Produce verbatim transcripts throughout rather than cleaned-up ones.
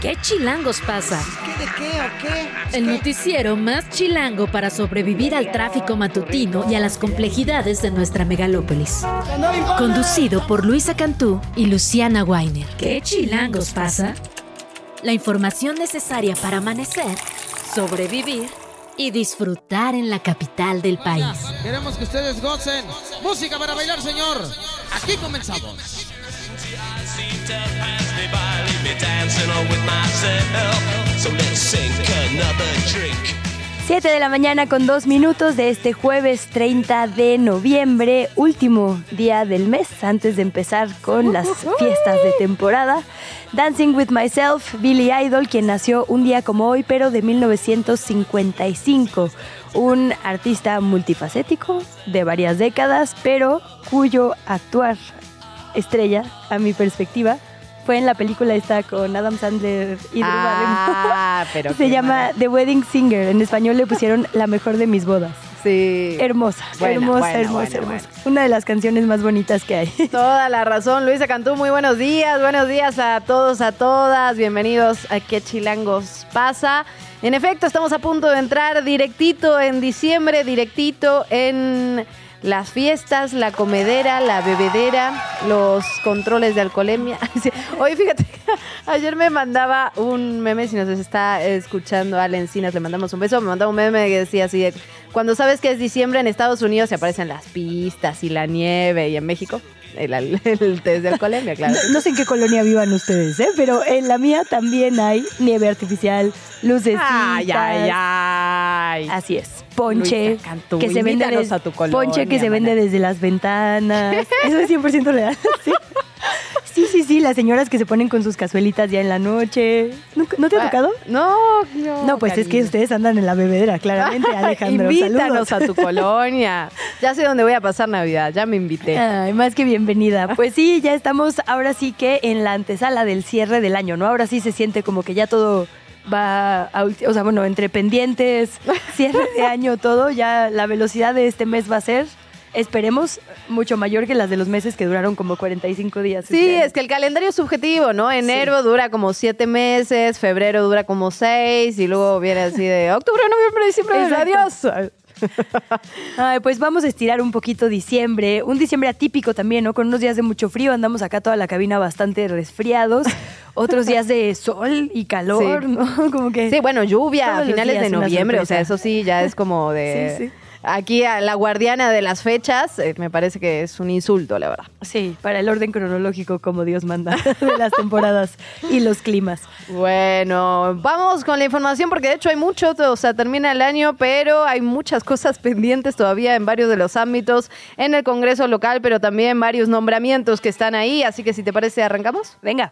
¿Qué chilangos pasa? ¿Qué de qué o qué? El ¿Qué? noticiero más chilango para sobrevivir al tráfico matutino y a las complejidades de nuestra megalópolis. No me importa. Conducido por Luisa Cantú y Luciana Weiner. ¿Qué chilangos pasa? La información necesaria para amanecer, sobrevivir y disfrutar en la capital del país. Queremos que ustedes gocen. Música para bailar, señor. Aquí comenzamos. Siete de la mañana con dos minutos de este jueves treinta de noviembre, último día del mes antes de empezar con las fiestas de temporada. Dancing with Myself, Billy Idol, quien nació un día como hoy, pero de mil novecientos cincuenta y cinco. Un artista multifacético de varias décadas, pero cuyo actuar estrella, a mi perspectiva, fue en la película esta con Adam Sandler y Drew Ah, pero Se llama maravilla. The Wedding Singer. En español le pusieron La mejor de mis bodas. Sí. Hermosa, Buena, hermosa, buena, hermosa, buena, hermosa. Una de las canciones más bonitas que hay. Toda la razón, Luisa Cantú, muy buenos días, buenos días a todos, a todas, bienvenidos a ¿Qué chilangos pasa? En efecto, estamos a punto de entrar directito en diciembre, directito en las fiestas, la comedera, la bebedera, los controles de alcoholemia. Oye, fíjate, ayer me mandaba un meme, si nos está escuchando Ale Encinas, le mandamos un beso, me mandaba un meme que decía así, de, cuando sabes que es diciembre en Estados Unidos se aparecen las pistas y la nieve, y en México el, el test de alcoholemia, claro. No, no sé en qué colonia vivan ustedes, ¿eh? Pero en la mía también hay nieve artificial, lucecitas. Ay, ay, ay. Así es. Ponche, Luisa Cantú, que se vende invítanos des- a tu colonia, ponche que se vende mana. desde las ventanas. Eso es cien por ciento real. Sí. sí, sí, sí, las señoras que se ponen con sus cazuelitas ya en la noche. ¿Nunca- ¿No te ha tocado? No, no. No, pues es que cariño. ustedes andan en la bebedera, claramente, Alejandro. Invítanos Saludos. a tu colonia. Ya sé dónde voy a pasar Navidad, ya me invité. Ay, más que bienvenida. Pues sí, ya estamos ahora sí que en la antesala del cierre del año, ¿no? Ahora sí se siente como que ya todo va, a, ulti- o sea, bueno, entre pendientes, cierre de año, todo, ya la velocidad de este mes va a ser, esperemos, mucho mayor que las de los meses que duraron como cuarenta y cinco días. Sí, este año. es que el calendario es subjetivo, ¿no? Enero dura como siete meses, febrero dura como seis, y luego viene así de octubre, noviembre, diciembre, Exacto. adiós. Ay, pues vamos a estirar un poquito diciembre, un diciembre atípico también, ¿no? Con unos días de mucho frío, andamos acá toda la cabina bastante resfriados, otros días de sol y calor, Sí. ¿no? Como que... Sí, bueno, lluvia Todos a los finales días de una noviembre, o sea, sorpresa. eso sí, ya es como de... Sí, sí. Aquí a la guardiana de las fechas, eh, me parece que es un insulto, la verdad. Sí, para el orden cronológico como Dios manda de las temporadas y los climas. Bueno, vamos con la información porque de hecho hay mucho, o sea, termina el año, pero hay muchas cosas pendientes todavía en varios de los ámbitos, en el Congreso local, pero también varios nombramientos que están ahí, así que si te parece, arrancamos. Venga.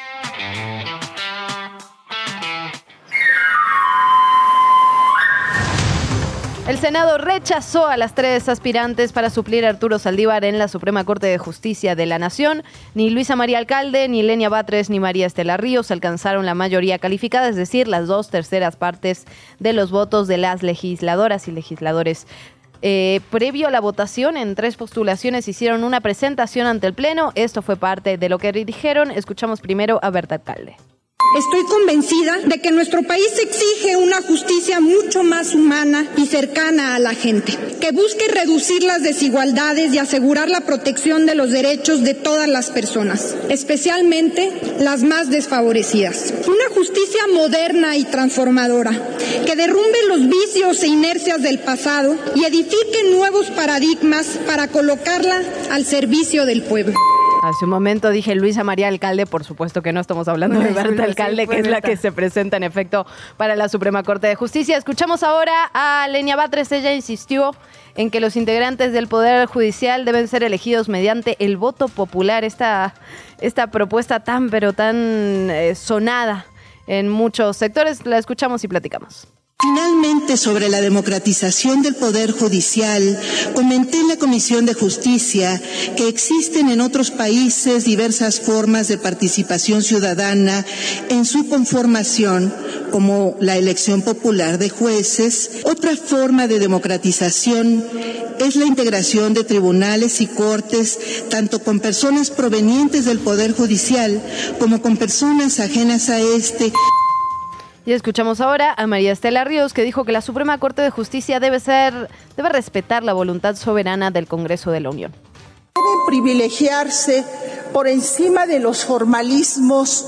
El Senado rechazó a las tres aspirantes para suplir a Arturo Saldívar en la Suprema Corte de Justicia de la Nación. Ni Luisa María Alcalde, ni Lenia Batres, ni María Estela Ríos alcanzaron la mayoría calificada, es decir, las dos terceras partes de los votos de las legisladoras y legisladores. Eh, previo a la votación, en tres postulaciones hicieron una presentación ante el Pleno. Esto fue parte de lo que dijeron. Escuchamos primero a Berta Alcalde. Estoy convencida de que nuestro país exige una justicia mucho más humana y cercana a la gente, que busque reducir las desigualdades y asegurar la protección de los derechos de todas las personas, especialmente las más desfavorecidas. Una justicia moderna y transformadora, que derrumbe los vicios e inercias del pasado y edifique nuevos paradigmas para colocarla al servicio del pueblo. Hace un momento dije Luisa María Alcalde, por supuesto que no estamos hablando de Berta Alcalde, que es la que se presenta en efecto para la Suprema Corte de Justicia. Escuchamos ahora a Lenia Batres. Ella insistió en que los integrantes del Poder Judicial deben ser elegidos mediante el voto popular. Esta, esta propuesta tan, pero tan eh, sonada en muchos sectores. La escuchamos y platicamos. Finalmente, sobre la democratización del Poder Judicial, comenté en la Comisión de Justicia que existen en otros países diversas formas de participación ciudadana en su conformación, como la elección popular de jueces. Otra forma de democratización es la integración de tribunales y cortes, tanto con personas provenientes del Poder Judicial como con personas ajenas a este. Y escuchamos ahora a María Estela Ríos, que dijo que la Suprema Corte de Justicia debe ser, debe respetar la voluntad soberana del Congreso de la Unión. Deben privilegiarse por encima de los formalismos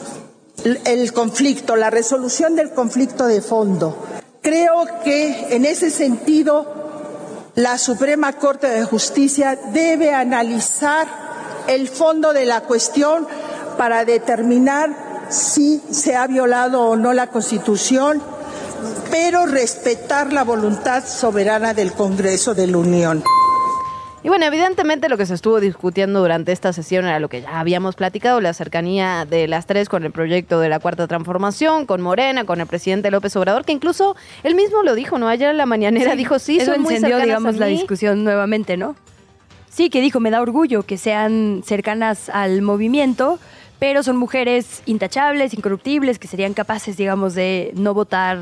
el conflicto, la resolución del conflicto de fondo. Creo que en ese sentido la Suprema Corte de Justicia debe analizar el fondo de la cuestión para determinar si se ha violado o no la Constitución, pero respetar la voluntad soberana del Congreso de la Unión. Y bueno, evidentemente lo que se estuvo discutiendo durante esta sesión era lo que ya habíamos platicado, la cercanía de las tres con el proyecto de la Cuarta Transformación, con Morena, con el presidente López Obrador, que incluso él mismo lo dijo, ¿no? Ayer en la mañanera sí, dijo, sí, eso son muy encendió, cercanas digamos, a la mí. discusión nuevamente, ¿no? Sí, que dijo, me da orgullo que sean cercanas al movimiento, pero son mujeres intachables, incorruptibles, que serían capaces, digamos, de no votar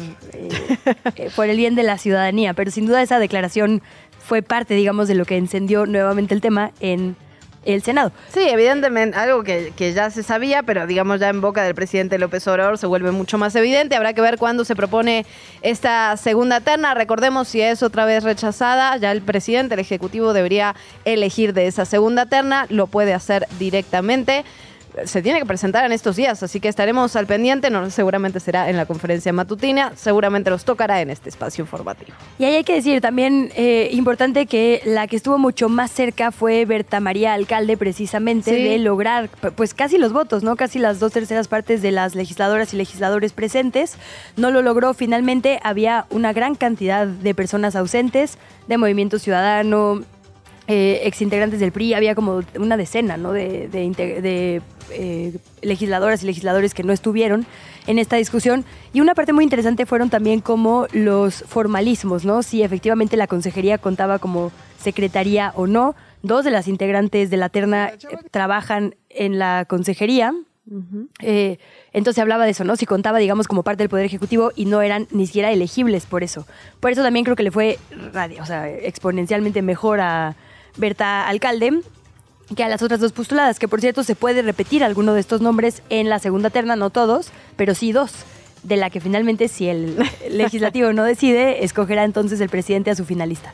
eh, por el bien de la ciudadanía. Pero sin duda esa declaración fue parte, digamos, de lo que encendió nuevamente el tema en el Senado. Sí, evidentemente, algo que, que ya se sabía, pero digamos ya en boca del presidente López Obrador se vuelve mucho más evidente. Habrá que ver cuándo se propone esta segunda terna. Recordemos, si es otra vez rechazada, ya el presidente, el Ejecutivo, debería elegir de esa segunda terna. Lo puede hacer directamente. Se tiene que presentar en estos días, así que estaremos al pendiente. No, seguramente será en la conferencia matutina, seguramente nos tocará en este espacio informativo. Y ahí hay que decir también, eh, importante, que la que estuvo mucho más cerca fue Berta María Alcalde, precisamente, sí, de lograr pues casi los votos, ¿no? Casi las dos terceras partes de las legisladoras y legisladores presentes. No lo logró finalmente, había una gran cantidad de personas ausentes, de Movimiento Ciudadano, Eh, exintegrantes del P R I, había como una decena, ¿no? de, de, de eh, legisladoras y legisladores que no estuvieron en esta discusión. Y una parte muy interesante fueron también como los formalismos, ¿no? Si efectivamente la consejería contaba como secretaría o no. Dos de las integrantes de la terna eh, trabajan en la consejería. Uh-huh. Eh, entonces hablaba de eso, ¿no? Si contaba, digamos, como parte del Poder Ejecutivo y no eran ni siquiera elegibles por eso. Por eso también creo que le fue radio, o sea, exponencialmente mejor a Berta Alcalde que a las otras dos postuladas, que por cierto se puede repetir alguno de estos nombres en la segunda terna, no todos, pero sí dos, de la que finalmente, si el legislativo no decide, escogerá entonces el presidente a su finalista.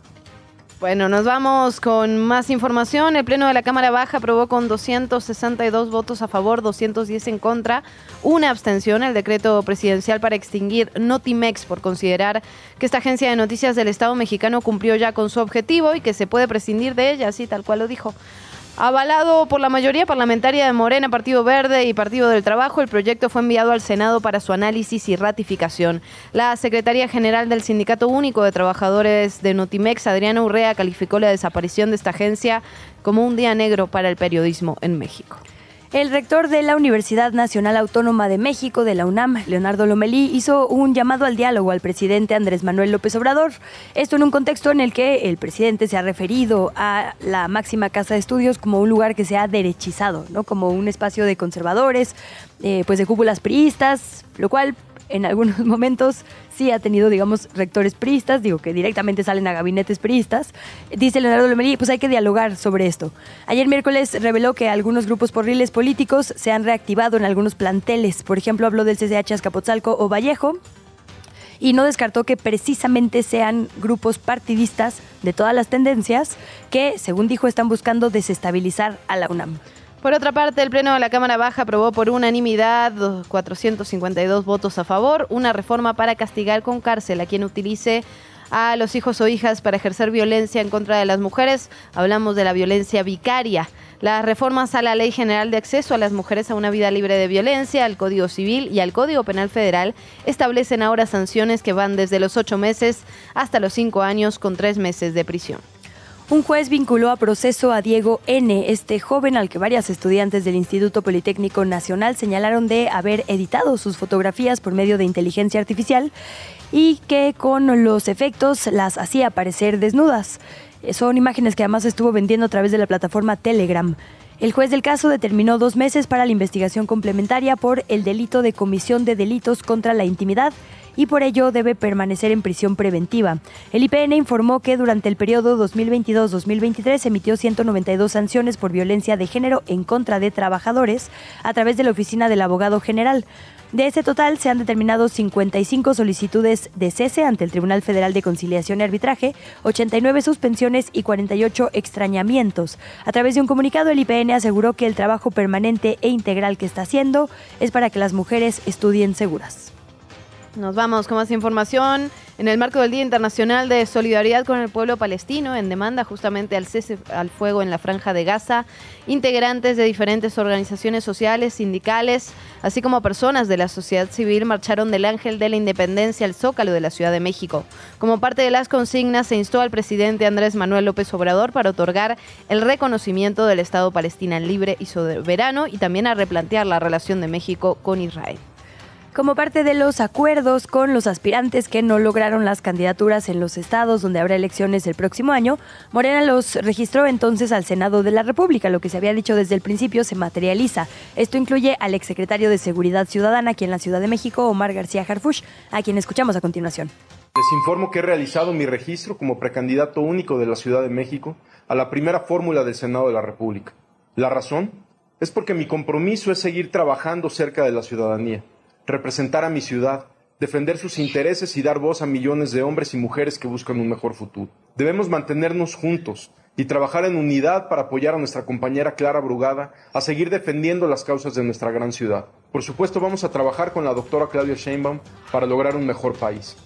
Bueno, nos vamos con más información. El Pleno de la Cámara Baja aprobó con doscientos sesenta y dos votos a favor, doscientos diez en contra, una abstención el decreto presidencial para extinguir Notimex por considerar que esta agencia de noticias del Estado mexicano cumplió ya con su objetivo y que se puede prescindir de ella, así tal cual lo dijo. Avalado por la mayoría parlamentaria de Morena, Partido Verde y Partido del Trabajo, el proyecto fue enviado al Senado para su análisis y ratificación. La Secretaría General del Sindicato Único de Trabajadores de Notimex, Adriana Urrea, calificó la desaparición de esta agencia como un día negro para el periodismo en México. El rector de la Universidad Nacional Autónoma de México, de la UNAM, Leonardo Lomelí, hizo un llamado al diálogo al presidente Andrés Manuel López Obrador. Esto en un contexto en el que el presidente se ha referido a la máxima casa de estudios como un lugar que se ha derechizado, ¿no? Como un espacio de conservadores, eh, pues de cúpulas priistas, lo cual en algunos momentos sí ha tenido, digamos, rectores priistas, digo, que directamente salen a gabinetes priistas. Dice Leonardo Lomelí, pues hay que dialogar sobre esto. Ayer miércoles reveló que algunos grupos porriles políticos se han reactivado en algunos planteles. Por ejemplo, habló del C C H Azcapotzalco o Vallejo, y no descartó que precisamente sean grupos partidistas de todas las tendencias que, según dijo, están buscando desestabilizar a la UNAM. Por otra parte, el Pleno de la Cámara Baja aprobó por unanimidad, cuatrocientos cincuenta y dos votos a favor, una reforma para castigar con cárcel a quien utilice a los hijos o hijas para ejercer violencia en contra de las mujeres. Hablamos de la violencia vicaria. Las reformas a la Ley General de Acceso a las Mujeres a una Vida Libre de Violencia, al Código Civil y al Código Penal Federal establecen ahora sanciones que van desde los ocho meses hasta los cinco años con tres meses de prisión. Un juez vinculó a proceso a Diego N., este joven al que varias estudiantes del Instituto Politécnico Nacional señalaron de haber editado sus fotografías por medio de inteligencia artificial y que con los efectos las hacía parecer desnudas. Son imágenes que además estuvo vendiendo a través de la plataforma Telegram. El juez del caso determinó dos meses para la investigación complementaria por el delito de comisión de delitos contra la intimidad y por ello debe permanecer en prisión preventiva. El I P N informó que durante el periodo dos mil veintidós dos mil veintitrés emitió ciento noventa y dos sanciones por violencia de género en contra de trabajadores a través de la Oficina del Abogado General. De ese total se han determinado cincuenta y cinco solicitudes de cese ante el Tribunal Federal de Conciliación y Arbitraje, ochenta y nueve suspensiones y cuarenta y ocho extrañamientos. A través de un comunicado, el I P N aseguró que el trabajo permanente e integral que está haciendo es para que las mujeres estudien seguras. Nos vamos con más información. En el marco del Día Internacional de Solidaridad con el Pueblo Palestino, en demanda justamente al cese al fuego en la Franja de Gaza, integrantes de diferentes organizaciones sociales, sindicales, así como personas de la sociedad civil marcharon del Ángel de la Independencia al Zócalo de la Ciudad de México. Como parte de las consignas, se instó al presidente Andrés Manuel López Obrador para otorgar el reconocimiento del Estado Palestina libre y soberano y también a replantear la relación de México con Israel. Como parte de los acuerdos con los aspirantes que no lograron las candidaturas en los estados donde habrá elecciones el próximo año, Morena los registró entonces al Senado de la República. Lo que se había dicho desde el principio se materializa. Esto incluye al exsecretario de Seguridad Ciudadana aquí en la Ciudad de México, Omar García Harfuch, a quien escuchamos a continuación. Les informo que he realizado mi registro como precandidato único de la Ciudad de México a la primera fórmula del Senado de la República. La razón es porque mi compromiso es seguir trabajando cerca de la ciudadanía, representar a mi ciudad, defender sus intereses y dar voz a millones de hombres y mujeres que buscan un mejor futuro. Debemos mantenernos juntos y trabajar en unidad para apoyar a nuestra compañera Clara Brugada a seguir defendiendo las causas de nuestra gran ciudad. Por supuesto, vamos a trabajar con la doctora Claudia Sheinbaum para lograr un mejor país.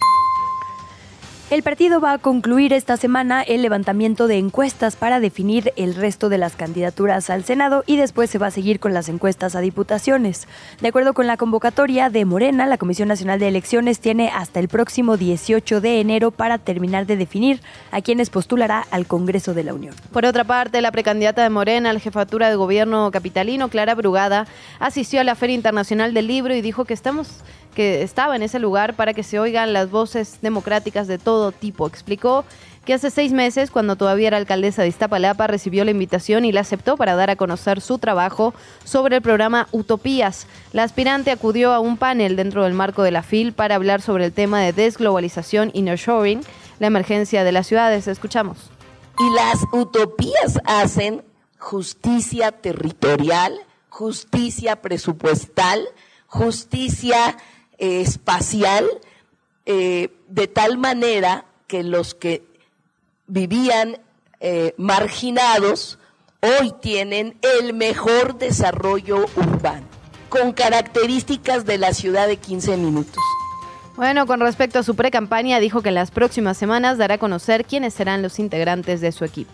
El partido va a concluir esta semana el levantamiento de encuestas para definir el resto de las candidaturas al Senado y después se va a seguir con las encuestas a diputaciones. De acuerdo con la convocatoria de Morena, la Comisión Nacional de Elecciones tiene hasta el próximo dieciocho de enero para terminar de definir a quienes postulará al Congreso de la Unión. Por otra parte, la precandidata de Morena a la jefatura de gobierno capitalino, Clara Brugada, asistió a la Feria Internacional del Libro y dijo que estamos... que estaba en ese lugar para que se oigan las voces democráticas de todo tipo. Explicó que hace seis meses, cuando todavía era alcaldesa de Iztapalapa, recibió la invitación y la aceptó para dar a conocer su trabajo sobre el programa Utopías. La aspirante acudió a un panel dentro del marco de la F I L para hablar sobre el tema de desglobalización y nearshoring, la emergencia de las ciudades. Escuchamos. Y las utopías hacen justicia territorial, justicia presupuestal, justicia Eh, espacial, eh, de tal manera que los que vivían eh, marginados hoy tienen el mejor desarrollo urbano, con características de la ciudad de quince minutos. Bueno, con respecto a su precampaña, dijo que en las próximas semanas dará a conocer quiénes serán los integrantes de su equipo.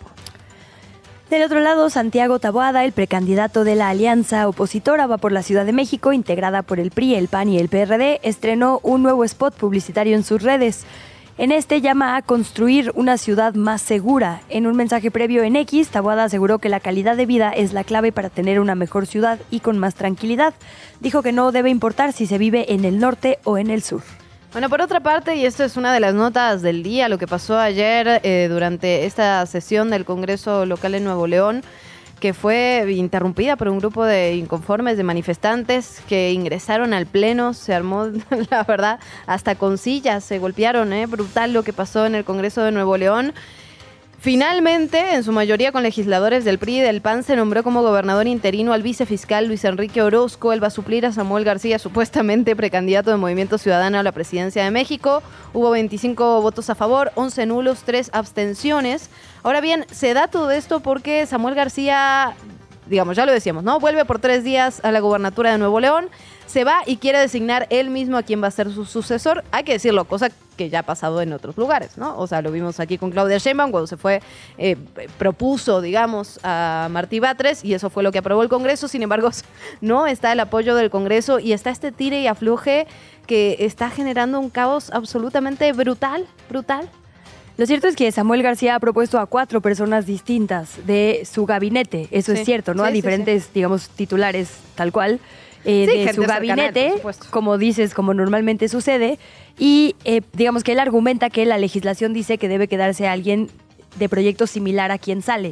Del otro lado, Santiago Taboada, el precandidato de la alianza opositora, va por la Ciudad de México, integrada por el P R I, el P A N y el P R D, estrenó un nuevo spot publicitario en sus redes. En este llama a construir una ciudad más segura. En un mensaje previo en X, Taboada aseguró que la calidad de vida es la clave para tener una mejor ciudad y con más tranquilidad. Dijo que no debe importar si se vive en el norte o en el sur. Bueno, por otra parte, y esto es una de las notas del día, lo que pasó ayer eh, durante esta sesión del Congreso local en Nuevo León, que fue interrumpida por un grupo de inconformes, de manifestantes que ingresaron al pleno, se armó, la verdad, hasta con sillas, se golpearon, eh, brutal lo que pasó en el Congreso de Nuevo León. Finalmente, en su mayoría con legisladores del P R I y del P A N, se nombró como gobernador interino al vicefiscal Luis Enrique Orozco. Él va a suplir a Samuel García, supuestamente precandidato de Movimiento Ciudadano a la presidencia de México. Hubo veinticinco votos a favor, once nulos, tres abstenciones. Ahora bien, se da todo esto porque Samuel García, digamos, ya lo decíamos, ¿no? Vuelve por tres días a la gobernatura de Nuevo León, se va y quiere designar él mismo a quien va a ser su sucesor. Hay que decirlo, cosa que ya ha pasado en otros lugares, ¿no? O sea, lo vimos aquí con Claudia Sheinbaum cuando se fue, eh, propuso, digamos, a Martí Batres y eso fue lo que aprobó el Congreso. Sin embargo, no está el apoyo del Congreso y está este tire y afloje que está generando un caos absolutamente brutal, brutal. Lo cierto es que Samuel García ha propuesto a cuatro personas distintas de su gabinete, eso sí, es cierto, ¿no? Sí, a diferentes, sí, sí. digamos, titulares tal cual. Eh, sí, de su gabinete, como dices, como normalmente sucede, y eh, digamos que él argumenta que la legislación dice que debe quedarse alguien de proyecto similar a quien sale.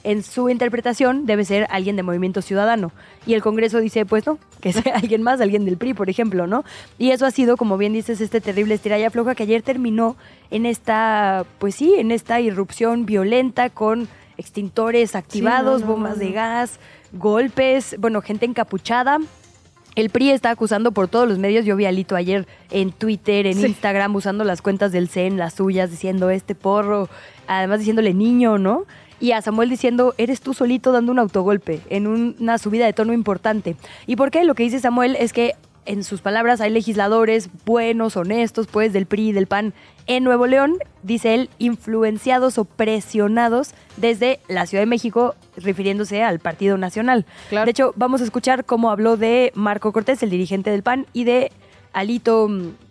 en su interpretación debe ser alguien de Movimiento Ciudadano. Y el Congreso dice, pues no, que sea alguien más, alguien del P R I, por ejemplo, ¿no? Y eso ha sido, como bien dices, este terrible estira y afloja que ayer terminó en esta, pues sí, en esta irrupción violenta con extintores activados, sí, no, no, bombas no, no. de gas, golpes, bueno, gente encapuchada. El P R I está acusando por todos los medios. Yo vi a Alito ayer en Twitter, en sí. Instagram, usando las cuentas del C E N, las suyas, diciendo este porro, además diciéndole niño, ¿no? Y a Samuel diciendo, eres tú solito dando un autogolpe en un, una subida de tono importante. ¿Y por qué? Lo que dice Samuel es que, en sus palabras, hay legisladores buenos, honestos, pues, del P R I y del P A N en Nuevo León, dice él, influenciados o presionados desde la Ciudad de México, refiriéndose al Partido Nacional. Claro. De hecho, vamos a escuchar cómo habló de Marco Cortés, el dirigente del P A N, y de Alito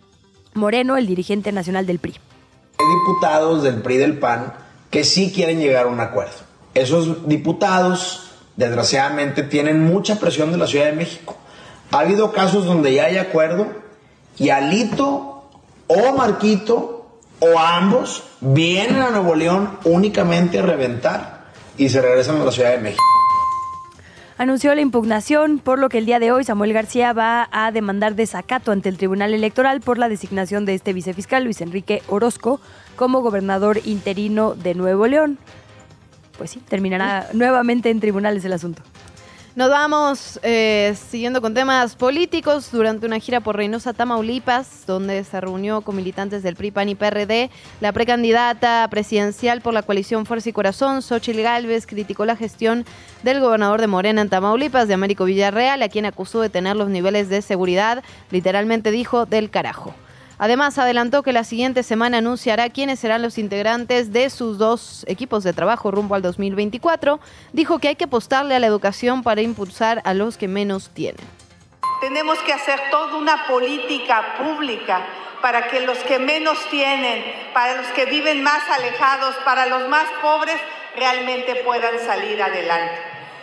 Moreno, el dirigente nacional del P R I. Hay diputados del P R I y del P A N que sí quieren llegar a un acuerdo. Esos diputados, desgraciadamente, tienen mucha presión de la Ciudad de México. Ha habido casos donde ya hay acuerdo y Alito o Marquito o ambos vienen a Nuevo León únicamente a reventar y se regresan a la Ciudad de México. Anunció la impugnación, por lo que el día de hoy Samuel García va a demandar desacato ante el Tribunal Electoral por la designación de este vicefiscal, Luis Enrique Orozco, como gobernador interino de Nuevo León. Pues sí, terminará nuevamente en tribunales el asunto. Nos vamos eh, siguiendo con temas políticos. Durante una gira por Reynosa, Tamaulipas, donde se reunió con militantes del P R I, P A N y P R D, la precandidata presidencial por la coalición Fuerza y Corazón, Xóchitl Gálvez, criticó la gestión del gobernador de Morena en Tamaulipas, de Américo Villarreal, a quien acusó de tener los niveles de seguridad, literalmente dijo, del carajo. Además, adelantó que la siguiente semana anunciará quiénes serán los integrantes de sus dos equipos de trabajo rumbo al dos mil veinticuatro. Dijo que hay que apostarle a la educación para impulsar a los que menos tienen. Tenemos que hacer toda una política pública para que los que menos tienen, para los que viven más alejados, para los más pobres, realmente puedan salir adelante.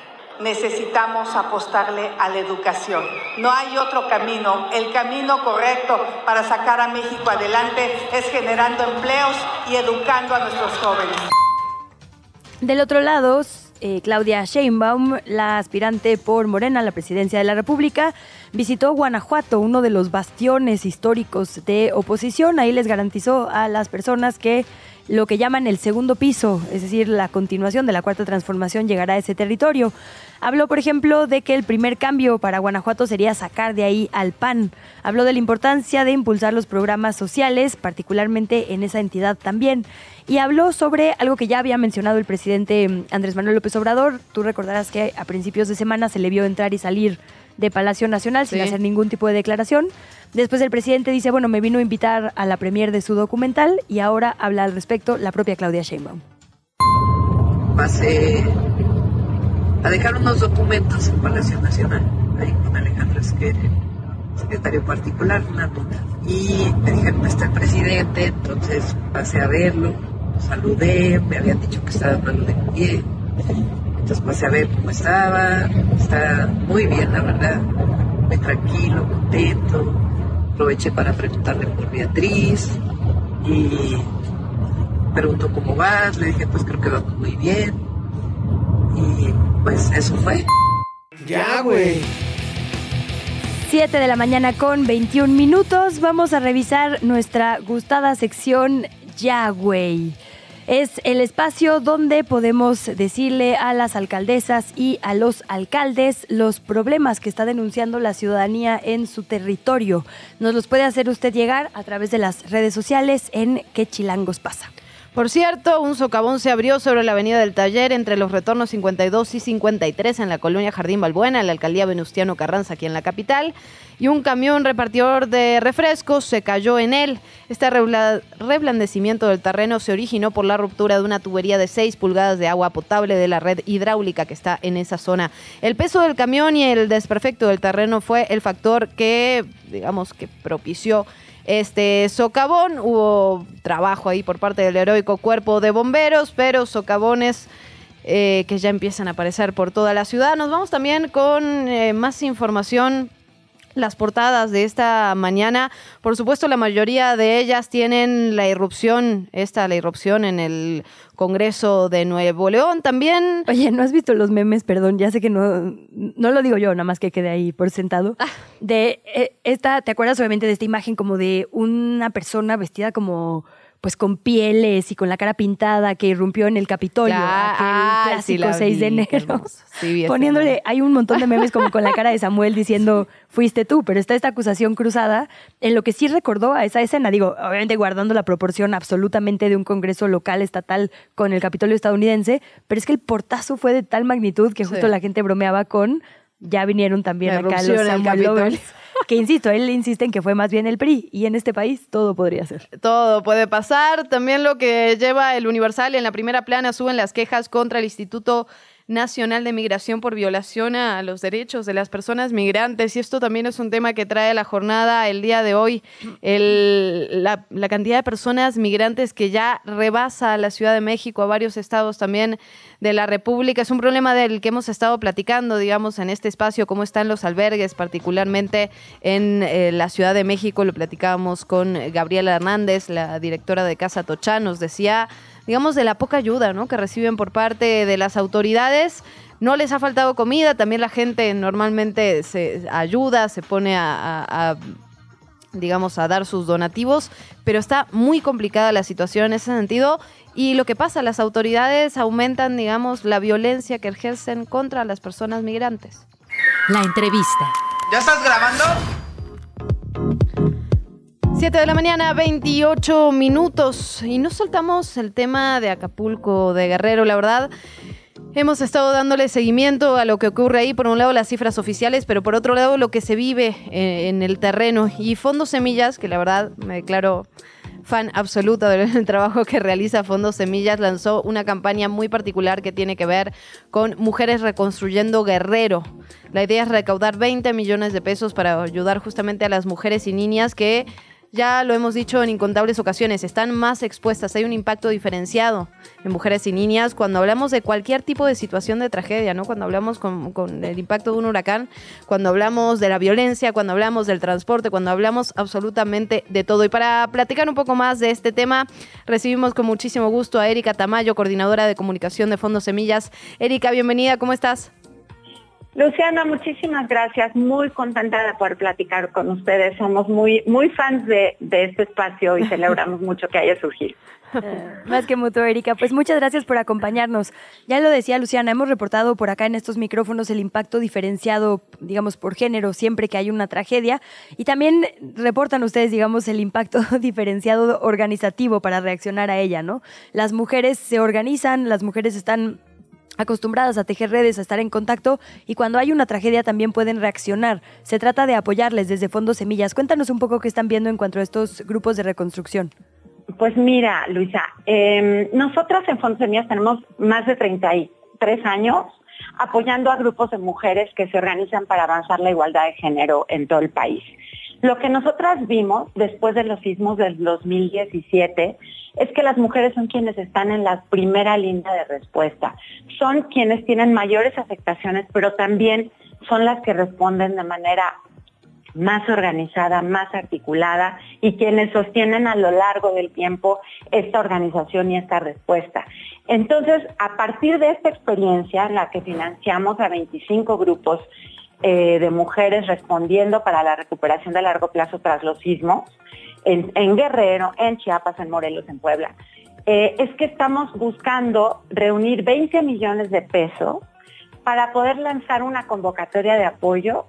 Necesitamos apostarle a la educación. No hay otro camino. El camino correcto para sacar a México adelante es generando empleos y educando a nuestros jóvenes. Del otro lado, eh, Claudia Sheinbaum, la aspirante por Morena a la presidencia de la República, visitó Guanajuato, uno de los bastiones históricos de oposición. Ahí les garantizó a las personas que lo que llaman el segundo piso, es decir, la continuación de la Cuarta Transformación, llegará a ese territorio. Habló, por ejemplo, de que el primer cambio para Guanajuato sería sacar de ahí al P A N. Habló de la importancia de impulsar los programas sociales, particularmente en esa entidad también. Y habló sobre algo que ya había mencionado el presidente Andrés Manuel López Obrador. Tú recordarás que a principios de semana se le vio entrar y salir de Palacio Nacional sí. sin hacer ningún tipo de declaración. Después el presidente dice, bueno, me vino a invitar a la premier de su documental y ahora habla al respecto la propia Claudia Sheinbaum. Pasé a dejar unos documentos en Palacio Nacional, ahí con Alejandro Esquer, secretario particular, una nota. Y me dijeron, está el presidente, entonces pasé a verlo, saludé, me habían dicho que estaba malo de pie. Entonces pasé a ver cómo estaba, está muy bien, la verdad, muy tranquilo, contento. Aproveché para preguntarle por Beatriz y preguntó cómo vas, le dije pues creo que va muy bien y pues eso fue. Ya, güey. siete de la mañana con veintiún minutos, vamos a revisar nuestra gustada sección Ya, güey. Es el espacio donde podemos decirle a las alcaldesas y a los alcaldes los problemas que está denunciando la ciudadanía en su territorio. Nos los puede hacer usted llegar a través de las redes sociales en ¿Qué chilangos pasa? Por cierto, un socavón se abrió sobre la avenida del Taller entre los retornos cincuenta y dos y cincuenta y tres en la colonia Jardín Balbuena, en la alcaldía Venustiano Carranza, aquí en la capital, y un camión repartidor de refrescos se cayó en él. Este rebla- reblandecimiento del terreno se originó por la ruptura de una tubería de seis pulgadas de agua potable de la red hidráulica que está en esa zona. El peso del camión y el desperfecto del terreno fue el factor que, digamos, que propició este socavón. Hubo trabajo ahí por parte del heroico cuerpo de bomberos, pero socavones eh, que ya empiezan a aparecer por toda la ciudad. Nos vamos también con eh, más información las portadas de esta mañana. Por supuesto, la mayoría de ellas tienen la irrupción, esta, la irrupción en el Congreso de Nuevo León también. Oye, ¿no has visto los memes? Perdón, ya sé que no, no lo digo yo, nada más que quede ahí por sentado. Ah. De eh, esta, ¿te acuerdas obviamente de esta imagen como de una persona vestida como... pues con pieles y con la cara pintada que irrumpió en el Capitolio, claro, aquel ah, clásico sí seis de enero, sí, poniéndole, hay un montón de memes como con la cara de Samuel diciendo, fuiste tú, pero está esta acusación cruzada, en lo que sí recordó a esa escena, digo, obviamente guardando la proporción absolutamente de un congreso local, estatal, con el Capitolio estadounidense, pero es que el portazo fue de tal magnitud que justo sí. la gente bromeaba con, ya vinieron también la acá los Samuel Lovers. Que insisto, él insiste en que fue más bien el P R I y en este país todo podría ser. Todo puede pasar. También lo que lleva el Universal en la primera plana suben las quejas contra el Instituto Nacional de Migración por violación a los derechos de las personas migrantes, y esto también es un tema que trae la jornada el día de hoy, el, la, la cantidad de personas migrantes que ya rebasa a la Ciudad de México, a varios estados también de la República. Es un problema del que hemos estado platicando, digamos, en este espacio, cómo están los albergues, particularmente en eh, la Ciudad de México. Lo platicábamos con Gabriela Hernández, la directora de Casa Tochá, nos decía, digamos, de la poca ayuda, ¿no?, que reciben por parte de las autoridades. No les ha faltado comida, también la gente normalmente se ayuda, se pone a, a, a digamos, a dar sus donativos, pero está muy complicada la situación en ese sentido. Y lo que pasa, las autoridades aumentan, digamos, la violencia que ejercen contra las personas migrantes. La entrevista. ¿Ya estás grabando? siete de la mañana, veintiocho minutos. Y no soltamos el tema de Acapulco, de Guerrero, la verdad. Hemos estado dándole seguimiento a lo que ocurre ahí, por un lado las cifras oficiales, pero por otro lado lo que se vive en el terreno. Y Fondo Semillas, que la verdad me declaro fan absoluta del trabajo que realiza Fondo Semillas, lanzó una campaña muy particular que tiene que ver con Mujeres Reconstruyendo Guerrero. La idea es recaudar veinte millones de pesos para ayudar justamente a las mujeres y niñas que, ya lo hemos dicho en incontables ocasiones, están más expuestas. Hay un impacto diferenciado en mujeres y niñas cuando hablamos de cualquier tipo de situación de tragedia, ¿no? Cuando hablamos con, con el impacto de un huracán, cuando hablamos de la violencia, cuando hablamos del transporte, cuando hablamos absolutamente de todo. Y para platicar un poco más de este tema, recibimos con muchísimo gusto a Erika Tamayo, coordinadora de comunicación de Fondo Semillas. Erika, bienvenida, ¿cómo estás? Luciana, muchísimas gracias. Muy contenta de poder platicar con ustedes. Somos muy muy fans de, de este espacio y celebramos mucho que haya surgido. Eh, más que mutuo, Erika. Pues muchas gracias por acompañarnos. Ya lo decía Luciana, hemos reportado por acá en estos micrófonos el impacto diferenciado, digamos, por género, siempre que hay una tragedia. Y también reportan ustedes, digamos, el impacto diferenciado organizativo para reaccionar a ella, ¿no? Las mujeres se organizan, las mujeres están acostumbradas a tejer redes, a estar en contacto, y cuando hay una tragedia también pueden reaccionar. Se trata de apoyarles desde Fondo Semillas. Cuéntanos un poco qué están viendo en cuanto a estos grupos de reconstrucción. Pues mira, Luisa, eh, nosotros en Fondo Semillas tenemos más de treinta y tres años apoyando a grupos de mujeres que se organizan para avanzar la igualdad de género en todo el país. Lo que nosotras vimos después de los sismos del dos mil diecisiete es que las mujeres son quienes están en la primera línea de respuesta. Son quienes tienen mayores afectaciones, pero también son las que responden de manera más organizada, más articulada, y quienes sostienen a lo largo del tiempo esta organización y esta respuesta. Entonces, a partir de esta experiencia en la que financiamos a veinticinco grupos eh, de mujeres respondiendo para la recuperación de largo plazo tras los sismos, En, en Guerrero, en Chiapas, en Morelos, en Puebla, eh, es que estamos buscando reunir veinte millones de pesos para poder lanzar una convocatoria de apoyo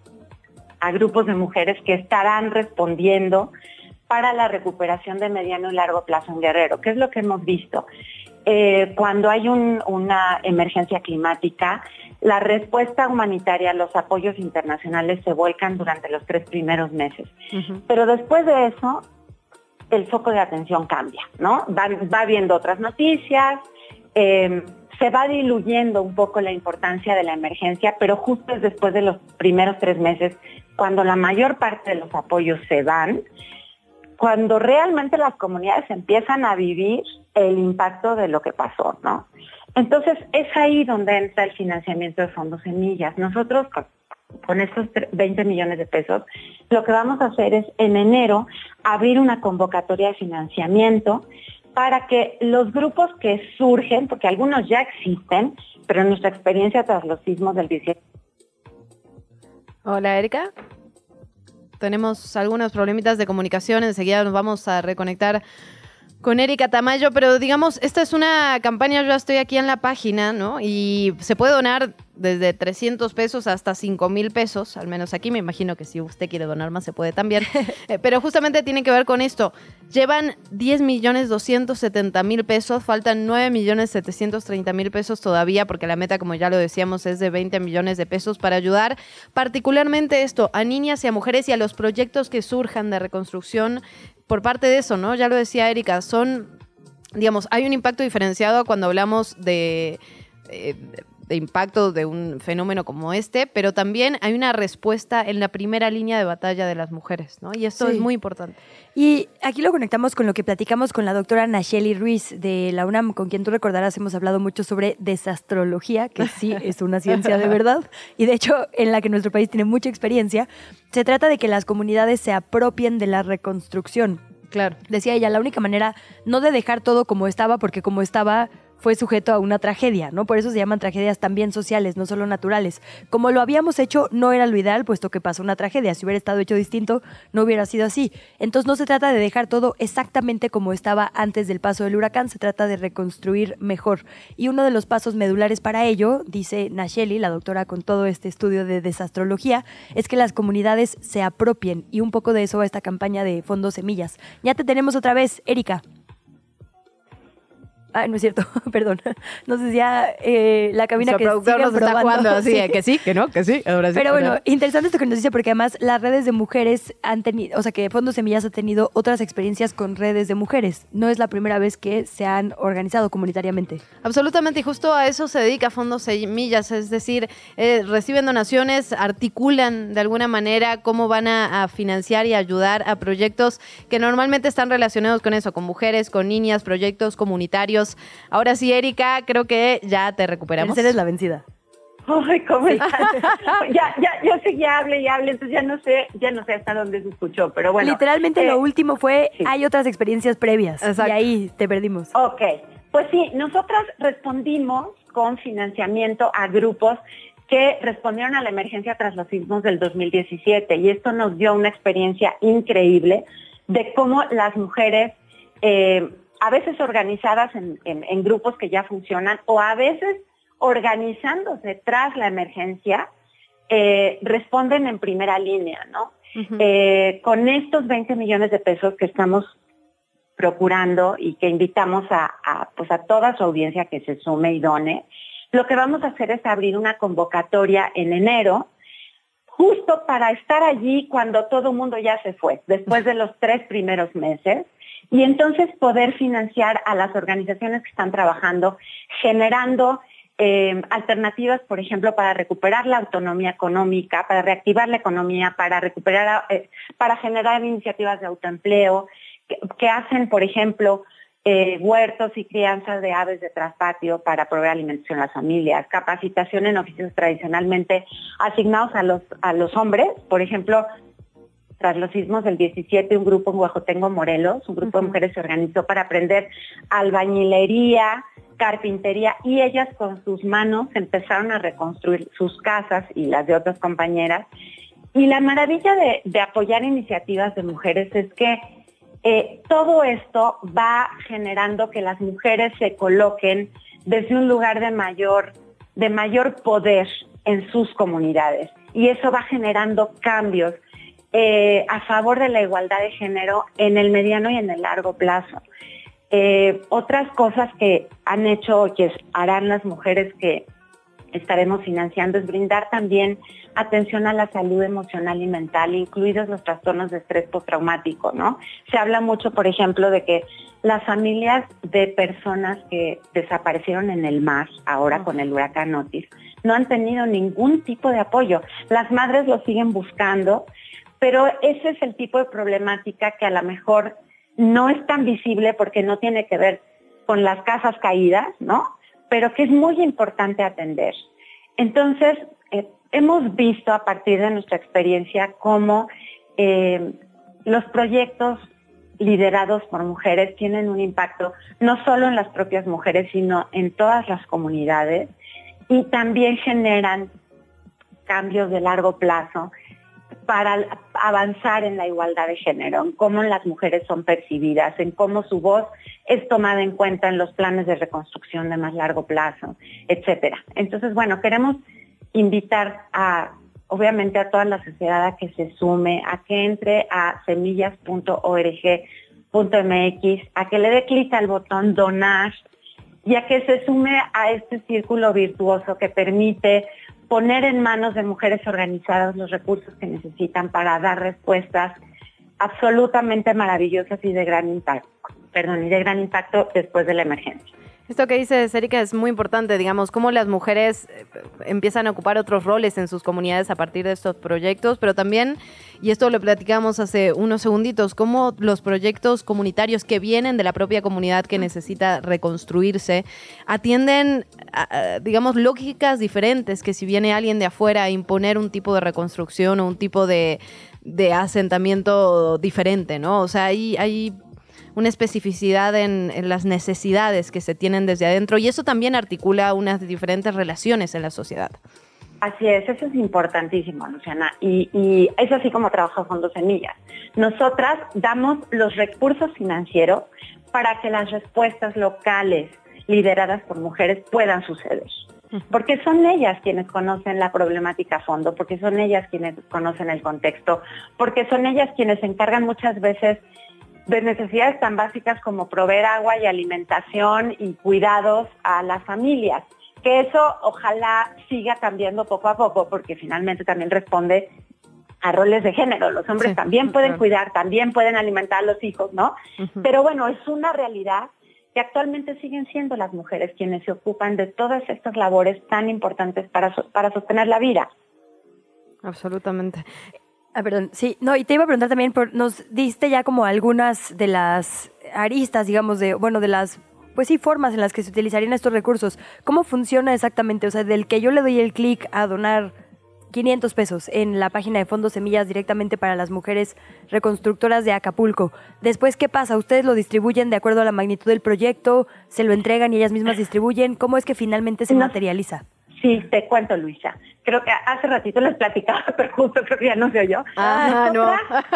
a grupos de mujeres que estarán respondiendo para la recuperación de mediano y largo plazo en Guerrero. ¿Qué es lo que hemos visto? Eh, cuando hay un, una emergencia climática, la respuesta humanitaria, los apoyos internacionales se vuelcan durante los tres primeros meses. Uh-huh. Pero después de eso, el foco de atención cambia, ¿no? Va, va viendo otras noticias, eh, se va diluyendo un poco la importancia de la emergencia, pero justo es después de los primeros tres meses, cuando la mayor parte de los apoyos se van, cuando realmente las comunidades empiezan a vivir el impacto de lo que pasó, ¿no? Entonces, es ahí donde entra el financiamiento de Fondo Semillas. Nosotros, con estos veinte millones de pesos, lo que vamos a hacer es en enero abrir una convocatoria de financiamiento para que los grupos que surgen, porque algunos ya existen, pero en nuestra experiencia tras los sismos del diecisiete. Hola, Erika. Tenemos algunos problemitas de comunicación, enseguida nos vamos a reconectar con Erika Tamayo, pero digamos, esta es una campaña, yo estoy aquí en la página, ¿no? Y se puede donar desde trescientos pesos hasta cinco mil pesos, al menos aquí, me imagino que si usted quiere donar más se puede también, eh, pero justamente tiene que ver con esto. Llevan diez millones doscientos setenta mil pesos, faltan nueve millones setecientos treinta mil pesos todavía, porque la meta, como ya lo decíamos, es de veinte millones de pesos para ayudar particularmente esto, a niñas y a mujeres y a los proyectos que surjan de reconstrucción por parte de eso, ¿no? Ya lo decía Erika, son, digamos, hay un impacto diferenciado cuando hablamos de, eh, de impacto de un fenómeno como este, pero también hay una respuesta en la primera línea de batalla de las mujeres, ¿no? Y esto sí. es muy importante. Y aquí lo conectamos con lo que platicamos con la doctora Nacheli Ruiz de la UNAM, con quien tú recordarás hemos hablado mucho sobre desastrología, que sí es una ciencia de verdad, y de hecho en la que nuestro país tiene mucha experiencia. Se trata de que las comunidades se apropien de la reconstrucción. Claro. Decía ella, la única manera no de dejar todo como estaba, porque como estaba fue sujeto a una tragedia, ¿no? Por eso se llaman tragedias también sociales, no solo naturales. Como lo habíamos hecho, no era lo ideal, puesto que pasó una tragedia. Si hubiera estado hecho distinto, no hubiera sido así. Entonces no se trata de dejar todo exactamente como estaba antes del paso del huracán, se trata de reconstruir mejor. Y uno de los pasos medulares para ello, dice Nacheli, la doctora con todo este estudio de desastrología, es que las comunidades se apropien. Y un poco de eso va esta campaña de Fondo Semillas. Ya te tenemos otra vez, Erika. Ah, no es cierto, perdón. Nos decía eh, la cabina que sigue nos está jugando así, sí. que sí, que no, que sí. Ahora sí. Pero bueno, ahora. interesante esto que nos dice porque además las redes de mujeres han tenido, o sea que Fondo Semillas ha tenido otras experiencias con redes de mujeres. No es la primera vez que se han organizado comunitariamente. Absolutamente, y justo a eso se dedica Fondo Semillas, es decir, eh, reciben donaciones, articulan de alguna manera cómo van a, a financiar y ayudar a proyectos que normalmente están relacionados con eso, con mujeres, con niñas, proyectos comunitarios. Ahora sí, Erika, creo que ya te recuperamos. Eres la vencida. Ay, ¿cómo sí. estás? ya, ya, yo seguía hable y hable, entonces ya no sé, ya no sé hasta dónde se escuchó, pero bueno. Literalmente eh, lo último fue, sí. hay otras experiencias previas. Exacto. Y ahí te perdimos. Ok, pues sí, nosotras respondimos con financiamiento a grupos que respondieron a la emergencia tras los sismos del dos mil diecisiete y esto nos dio una experiencia increíble de cómo las mujeres eh, a veces organizadas en, en, en grupos que ya funcionan o a veces organizándose tras la emergencia, eh, responden en primera línea, ¿no? Uh-huh. Eh, con estos veinte millones de pesos que estamos procurando y que invitamos a, a, pues a toda su audiencia que se sume y done, lo que vamos a hacer es abrir una convocatoria en enero, justo para estar allí cuando todo el mundo ya se fue, después de los tres primeros meses, y entonces poder financiar a las organizaciones que están trabajando, generando eh, alternativas, por ejemplo, para recuperar la autonomía económica, para reactivar la economía, para recuperar, eh, para generar iniciativas de autoempleo, que, que hacen, por ejemplo, eh, huertos y crianzas de aves de traspatio para proveer alimentación a las familias, capacitación en oficios tradicionalmente asignados a los, a los hombres, por ejemplo, tras los sismos del diecisiete, un grupo en Huejotengo, Morelos, un grupo uh-huh. de mujeres se organizó para aprender albañilería, carpintería, y ellas con sus manos empezaron a reconstruir sus casas y las de otras compañeras. Y la maravilla de, de apoyar iniciativas de mujeres es que eh, todo esto va generando que las mujeres se coloquen desde un lugar de mayor, de mayor poder en sus comunidades. Y eso va generando cambios Eh, a favor de la igualdad de género en el mediano y en el largo plazo. Eh, otras cosas que han hecho o que harán las mujeres que estaremos financiando es brindar también atención a la salud emocional y mental, incluidos los trastornos de estrés postraumático, ¿no? Se habla mucho, por ejemplo, de que las familias de personas que desaparecieron en el mar, ahora con el huracán Otis, no han tenido ningún tipo de apoyo. Las madres lo siguen buscando, pero ese es el tipo de problemática que a lo mejor no es tan visible porque no tiene que ver con las casas caídas, ¿no? Pero que es muy importante atender. Entonces, eh, hemos visto a partir de nuestra experiencia cómo eh, los proyectos liderados por mujeres tienen un impacto no solo en las propias mujeres, sino en todas las comunidades, y también generan cambios de largo plazo para avanzar en la igualdad de género, en cómo las mujeres son percibidas, en cómo su voz es tomada en cuenta en los planes de reconstrucción de más largo plazo, etcétera. Entonces, bueno, queremos invitar a, obviamente, a toda la sociedad a que se sume, a que entre a semillas punto org punto m x, a que le dé clic al botón donar y a que se sume a este círculo virtuoso que permite poner en manos de mujeres organizadas los recursos que necesitan para dar respuestas absolutamente maravillosas y de gran impacto, perdón, y de gran impacto después de la emergencia. Esto que dices, Erika, es muy importante, digamos, cómo las mujeres empiezan a ocupar otros roles en sus comunidades a partir de estos proyectos, pero también, y esto lo platicamos hace unos segunditos, cómo los proyectos comunitarios que vienen de la propia comunidad que necesita reconstruirse atienden, a, digamos, lógicas diferentes que si viene alguien de afuera a imponer un tipo de reconstrucción o un tipo de, de asentamiento diferente, ¿no? O sea, hay... hay una especificidad en, en las necesidades que se tienen desde adentro, y eso también articula unas diferentes relaciones en la sociedad. Así es, eso es importantísimo, Luciana, y, y es así como trabaja Fondo Semillas. Nosotras damos los recursos financieros para que las respuestas locales lideradas por mujeres puedan suceder. Porque son ellas quienes conocen la problemática a fondo, porque son ellas quienes conocen el contexto, porque son ellas quienes se encargan muchas veces de necesidades tan básicas como proveer agua y alimentación y cuidados a las familias. Que eso ojalá siga cambiando poco a poco, porque finalmente también responde a roles de género. Los hombres sí, también pueden claro. cuidar, también pueden alimentar a los hijos, ¿no? Uh-huh. Pero bueno, es una realidad que actualmente siguen siendo las mujeres quienes se ocupan de todas estas labores tan importantes para, so- para sostener la vida. Absolutamente. Ah, perdón, sí, no, y te iba a preguntar también, por, nos diste ya como algunas de las aristas, digamos, de, bueno, de las, pues sí, formas en las que se utilizarían estos recursos. ¿Cómo funciona exactamente? O sea, del que yo le doy el clic a donar quinientos pesos en la página de Fondo Semillas directamente para las mujeres reconstructoras de Acapulco. Después, ¿qué pasa? ¿Ustedes lo distribuyen de acuerdo a la magnitud del proyecto? ¿Se lo entregan y ellas mismas distribuyen? ¿Cómo es que finalmente se no. materializa? Sí, te cuento, Luisa. Creo que hace ratito les platicaba, pero justo creo que ya no se oyó. Ah, no.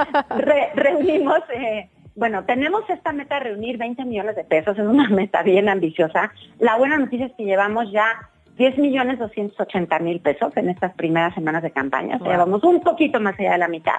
Re- reunimos, eh, bueno, tenemos esta meta de reunir veinte millones de pesos, es una meta bien ambiciosa. La buena noticia es que llevamos ya diez millones doscientos ochenta mil pesos en estas primeras semanas de campaña. Wow. O sea, llevamos un poquito más allá de la mitad.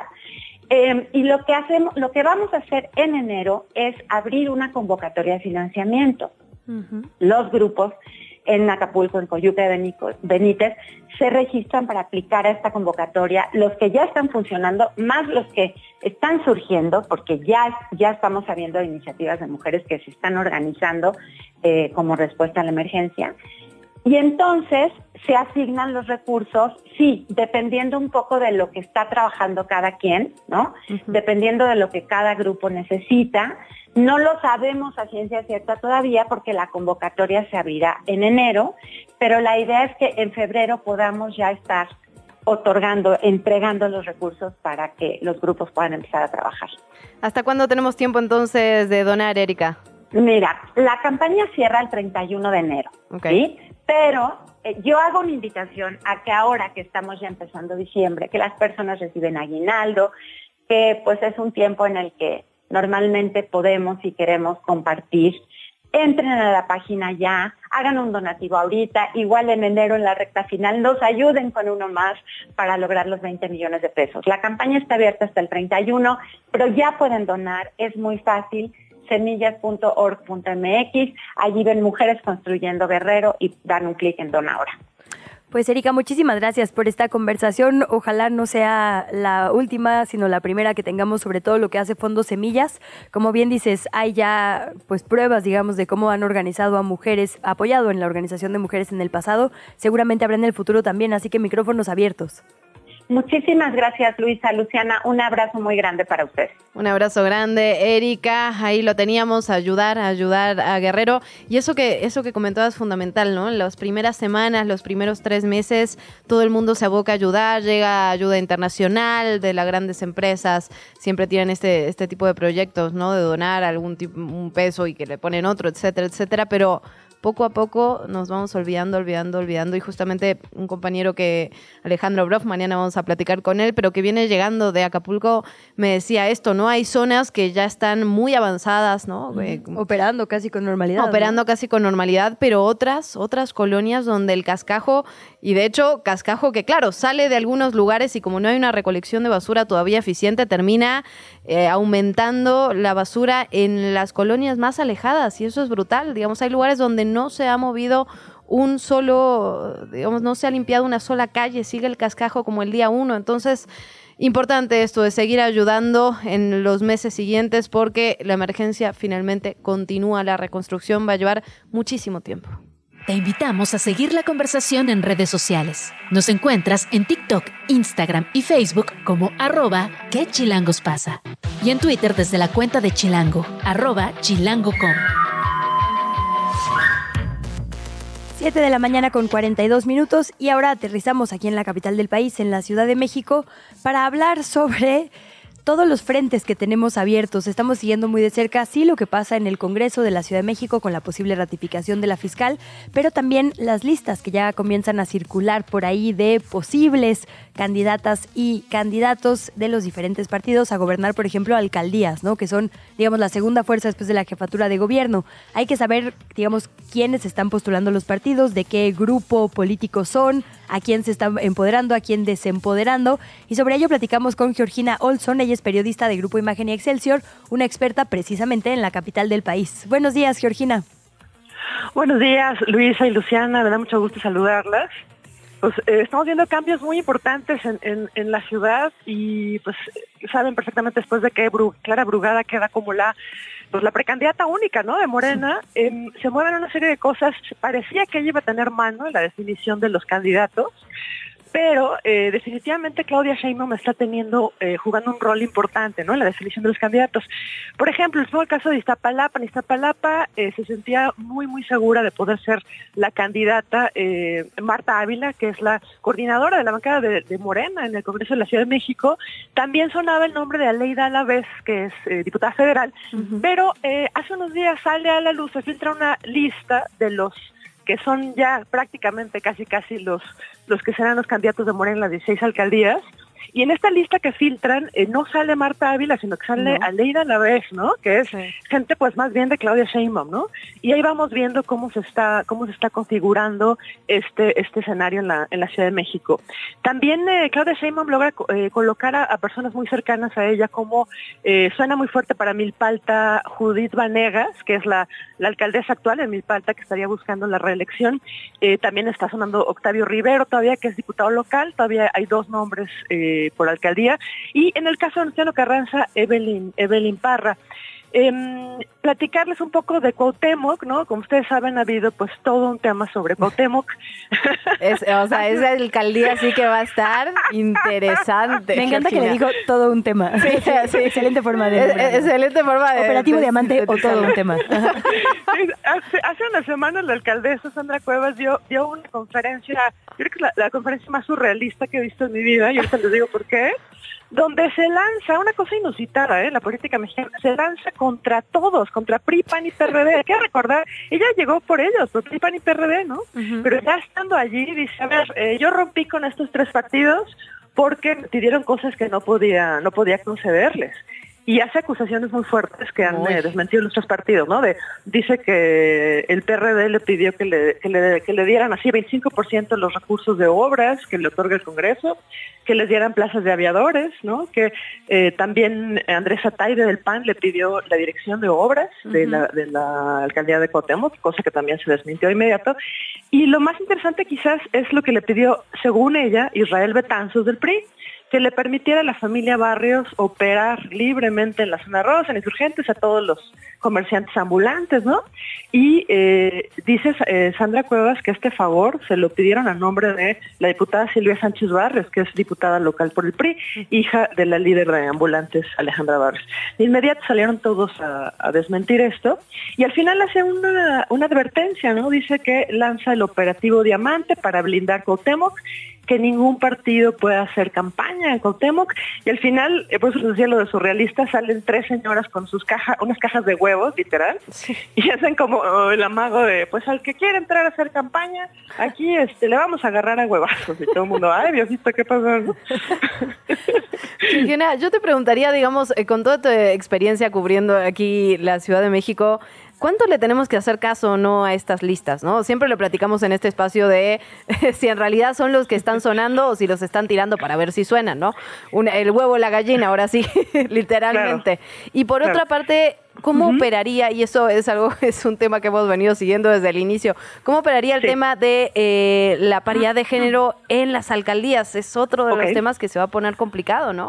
Eh, y lo que hacemos, lo que vamos a hacer en enero es abrir una convocatoria de financiamiento. Uh-huh. Los grupos en Acapulco, en Coyuca de Benítez, se registran para aplicar a esta convocatoria, los que ya están funcionando, más los que están surgiendo, porque ya, ya estamos sabiendo de iniciativas de mujeres que se están organizando eh, como respuesta a la emergencia. Y entonces se asignan los recursos, sí, dependiendo un poco de lo que está trabajando cada quien, ¿no? Uh-huh. Dependiendo de lo que cada grupo necesita. No lo sabemos a ciencia cierta todavía porque la convocatoria se abrirá en enero, pero la idea es que en febrero podamos ya estar otorgando, entregando los recursos para que los grupos puedan empezar a trabajar. ¿Hasta cuándo tenemos tiempo entonces de donar, Erika? Mira, la campaña cierra el treinta y uno de enero, okay. ¿sí? Pero eh, yo hago una invitación a que ahora que estamos ya empezando diciembre, que las personas reciben aguinaldo, que pues es un tiempo en el que normalmente podemos y queremos compartir. Entren a la página ya, hagan un donativo ahorita, igual en enero en la recta final, nos ayuden con uno más para lograr los veinte millones de pesos. La campaña está abierta hasta el treinta y uno, pero ya pueden donar, es muy fácil, semillas punto org punto m x, allí ven Mujeres Construyendo Guerrero y dan un clic en Dona Ahora. Pues Erika, muchísimas gracias por esta conversación. Ojalá no sea la última, sino la primera que tengamos sobre todo lo que hace Fondo Semillas. Como bien dices, hay ya pues pruebas, digamos, de cómo han organizado a mujeres, apoyado en la organización de mujeres en el pasado. Seguramente habrá en el futuro también, así que micrófonos abiertos. Muchísimas gracias, Luisa, Luciana, un abrazo muy grande para ustedes. Un abrazo grande, Erika, ahí lo teníamos, ayudar, ayudar a Guerrero. Y eso que eso que comentabas es fundamental, ¿no? Las primeras semanas, los primeros tres meses, todo el mundo se aboca a ayudar, llega ayuda internacional de las grandes empresas, siempre tienen este, este tipo de proyectos, ¿no? De donar algún tipo, un peso y que le ponen otro, etcétera, etcétera, pero poco a poco nos vamos olvidando, olvidando, olvidando, y justamente un compañero que, Alejandro Broff, mañana vamos a platicar con él, pero que viene llegando de Acapulco, me decía esto, ¿no? Hay zonas que ya están muy avanzadas, ¿no? Mm, eh, operando casi con normalidad. Operando ¿no? casi con normalidad, pero otras, otras colonias donde el cascajo, y de hecho, cascajo que claro, sale de algunos lugares y como no hay una recolección de basura todavía eficiente, termina eh, aumentando la basura en las colonias más alejadas, y eso es brutal. Digamos, hay lugares donde no se ha movido un solo, digamos, no se ha limpiado una sola calle, sigue el cascajo como el día uno. Entonces, importante esto de seguir ayudando en los meses siguientes porque la emergencia finalmente continúa, la reconstrucción va a llevar muchísimo tiempo. Te invitamos a seguir la conversación en redes sociales. Nos encuentras en TikTok, Instagram y Facebook como arroba que chilangos pasa. Y en Twitter desde la cuenta de Chilango, arroba chilango punto com. siete de la mañana con cuarenta y dos minutos y ahora aterrizamos aquí en la capital del país, en la Ciudad de México, para hablar sobre todos los frentes que tenemos abiertos. Estamos siguiendo muy de cerca, sí, lo que pasa en el Congreso de la Ciudad de México con la posible ratificación de la fiscal, pero también las listas que ya comienzan a circular por ahí de posibles candidatas y candidatos de los diferentes partidos a gobernar, por ejemplo, alcaldías, ¿no? Que son, digamos, la segunda fuerza después de la jefatura de gobierno. Hay que saber, digamos, quiénes están postulando los partidos, de qué grupo político son, a quién se están empoderando, a quién desempoderando. Y sobre ello platicamos con Georgina Olson. Ella es periodista de Grupo Imagen y Excelsior, una experta precisamente en la capital del país. Buenos días, Georgina. Buenos días, Luisa y Luciana. Me da mucho gusto saludarlas. Pues eh, estamos viendo cambios muy importantes en, en, en la ciudad y pues saben perfectamente después de que Bru- Clara Brugada queda como la pues la precandidata única, ¿no? De Morena, eh, se mueven una serie de cosas. Parecía que ella iba a tener mano en la definición de los candidatos, pero eh, definitivamente Claudia Sheinbaum está teniendo, eh, jugando un rol importante, ¿no? En la definición de los candidatos. Por ejemplo, el el caso de Iztapalapa. En Iztapalapa eh, se sentía muy, muy segura de poder ser la candidata eh, Marta Ávila, que es la coordinadora de la bancada de, de Morena en el Congreso de la Ciudad de México. También sonaba el nombre de Aleida Alavés, que es eh, diputada federal, uh-huh. pero eh, hace unos días sale a la luz, se filtra una lista de los que son ya prácticamente casi casi los, los que serán los candidatos de Morena en las dieciséis alcaldías. Y en esta lista que filtran eh, no sale Marta Ávila, sino que sale no. Aleida Alavés, ¿no? Que es sí. gente pues más bien de Claudia Sheinbaum, ¿no? Y ahí vamos viendo cómo se está cómo se está configurando este este escenario en la en la Ciudad de México. También eh, Claudia Sheinbaum logra eh, colocar a, a personas muy cercanas a ella, como eh, suena muy fuerte para Milpalta Judith Vanegas, que es la, la alcaldesa actual de Milpalta, que estaría buscando la reelección. Eh, también está sonando Octavio Rivero, todavía, que es diputado local. Todavía hay dos nombres eh, por alcaldía, y en el caso de Luciano Carranza, Evelyn, Evelyn Parra. Eh, platicarles un poco de Cuauhtémoc, ¿no? Como ustedes saben, ha habido pues todo un tema sobre Cuauhtémoc. Es, o sea, esa alcaldía sí que va a estar interesante. Me encanta Georgina. Que le digo todo un tema. Sí, sí, sí. Excelente forma de... Es, excelente forma de... Operativo de, Diamante de, de, o todo un tema. hace, hace una semana la alcaldesa Sandra Cuevas dio, dio una conferencia, yo creo que es la, la conferencia más surrealista que he visto en mi vida, y ahorita les digo por qué, donde se lanza una cosa inusitada, ¿eh? La política mexicana se lanza contra todos, contra P R I, P A N y P R D. Hay que recordar, ella llegó por ellos, por P R I, P A N y P R D, ¿no? Uh-huh. Pero ya estando allí, dice, a ver, eh, yo rompí con estos tres partidos porque me pidieron cosas que no podía, no podía concederles. Y hace acusaciones muy fuertes que han eh, desmentido nuestros partidos, ¿no? De, dice que el P R D le pidió que le, que le, que le dieran así veinticinco por ciento de los recursos de obras que le otorga el Congreso, que les dieran plazas de aviadores, ¿no? Que eh, también Andrés Ataide del P A N le pidió la dirección de obras uh-huh. de, la, de la alcaldía de Cuauhtémoc, cosa que también se desmintió de inmediato. Y lo más interesante quizás es lo que le pidió, según ella, Israel Betanzos del P R I. que le permitiera a la familia Barrios operar libremente en la zona rosa, en Insurgentes, a todos los comerciantes ambulantes, ¿no? Y eh, dice eh, Sandra Cuevas que este favor se lo pidieron a nombre de la diputada Silvia Sánchez Barrios, que es diputada local por el P R I, hija de la líder de ambulantes Alejandra Barrios. De inmediato salieron todos a, a desmentir esto, y al final hace una, una advertencia, ¿no? Dice que lanza el operativo Diamante para blindar Cuauhtémoc, que ningún partido pueda hacer campaña en Cuauhtémoc, y al final, por eso decía lo de surrealista, salen tres señoras con sus cajas, unas cajas de huevos, literal, sí. Y hacen como el amago de, pues al que quiera entrar a hacer campaña, aquí este le vamos a agarrar a huevazos, y todo el mundo, ay Diosito, ¿qué pasó? Georgina, yo te preguntaría, digamos, eh, con toda tu experiencia cubriendo aquí la Ciudad de México, ¿cuánto le tenemos que hacer caso o no a estas listas, no? Siempre lo platicamos en este espacio de si en realidad son los que están sonando o si los están tirando para ver si suenan, ¿no? Un, el huevo, la gallina, ahora sí, literalmente. Claro. Y por claro. otra parte, ¿cómo uh-huh. operaría, y eso es algo, es un tema que hemos venido siguiendo desde el inicio, cómo operaría el sí. tema de eh, la paridad de género en las alcaldías? Es otro de okay. los temas que se va a poner complicado, ¿no?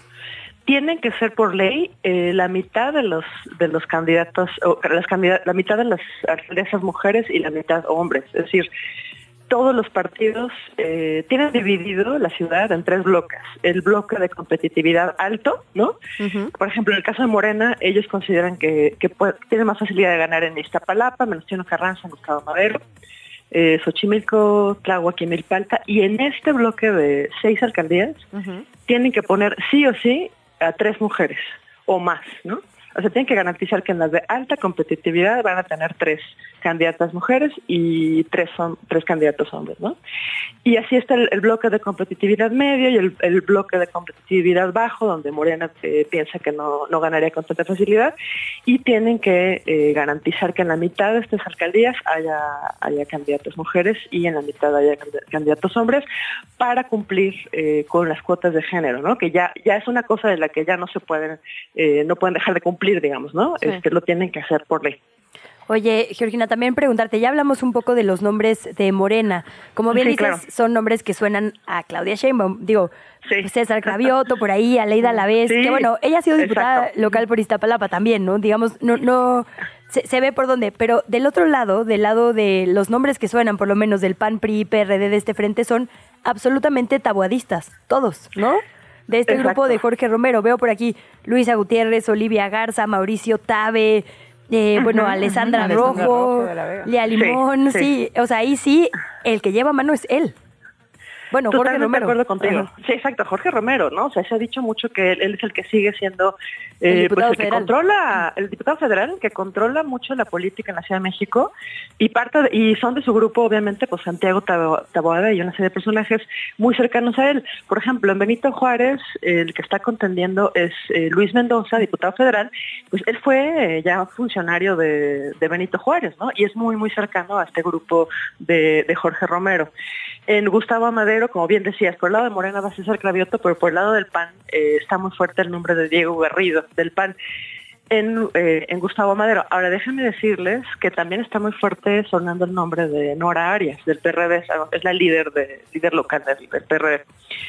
Tienen que ser por ley eh, la mitad de los de los candidatos, o las candidatas, la mitad de las alcaldesas mujeres y la mitad hombres. Es decir, todos los partidos eh, tienen dividido la ciudad en tres bloques. El bloque de competitividad alto, ¿no? Uh-huh. Por ejemplo, en el caso de Morena, ellos consideran que, que puede, tiene más facilidad de ganar en Iztapalapa, Venustiano Carranza, en Gustavo Madero, eh, Xochimilco, Tláhuac y Milpalta. Y en este bloque de seis alcaldías, uh-huh. tienen que poner sí o sí a tres mujeres o más, ¿no? O sea, tienen que garantizar que en las de alta competitividad van a tener tres candidatas mujeres y tres son tres candidatos hombres, ¿no? Y así está el, el bloque de competitividad medio y el, el bloque de competitividad bajo, donde Morena eh, piensa que no, no ganaría con tanta facilidad, y tienen que eh, garantizar que en la mitad de estas alcaldías haya, haya candidatas mujeres y en la mitad haya candidatos hombres para cumplir eh, con las cuotas de género, ¿no? Que ya, ya es una cosa de la que ya no se pueden, eh, no pueden dejar de cumplir, digamos, ¿no? Sí. Este, lo tienen que hacer por ley. Oye, Georgina, también preguntarte, ya hablamos un poco de los nombres de Morena. Como bien sí, dices, claro. son nombres que suenan a Claudia Sheinbaum. Digo, sí. César Cravioto, por ahí, Aleida Alavés, sí, que bueno, ella ha sido diputada exacto. local por Iztapalapa también, ¿no? Digamos, no, no se, se ve por dónde. Pero del otro lado, del lado de los nombres que suenan, por lo menos del P A N, P R I, P R D de este frente, son absolutamente tabuadistas, todos, ¿no? De este exacto. grupo de Jorge Romero. Veo por aquí Luisa Gutiérrez, Olivia Garza, Mauricio Tabe, eh, bueno, uh-huh, Alessandra uh-huh. Rojo, Rojo Lea Limón, sí, sí. sí, o sea, ahí sí, el que lleva mano es él. Bueno, Jorge Romero. De acuerdo contigo. Uh-huh. Sí, exacto, Jorge Romero, ¿no? O sea, se ha dicho mucho que él, él es el que sigue siendo eh, el, pues el que controla, el diputado federal, que controla mucho la política en la Ciudad de México, y parte de, y son de su grupo, obviamente, pues Santiago Taboada y una serie de personajes muy cercanos a él. Por ejemplo, en Benito Juárez, el que está contendiendo es eh, Luis Mendoza, diputado federal, pues él fue eh, ya funcionario de, de Benito Juárez, ¿no? Y es muy, muy cercano a este grupo de, de Jorge Romero. En Gustavo Amadero, como bien decías, por el lado de Morena va a César Cravioto, pero por el lado del P A N eh, está muy fuerte el nombre de Diego Garrido, del P A N, en, eh, en Gustavo Madero. Ahora, déjenme decirles que también está muy fuerte sonando el nombre de Nora Arias, del P R D, es la líder de líder local del, del P R D.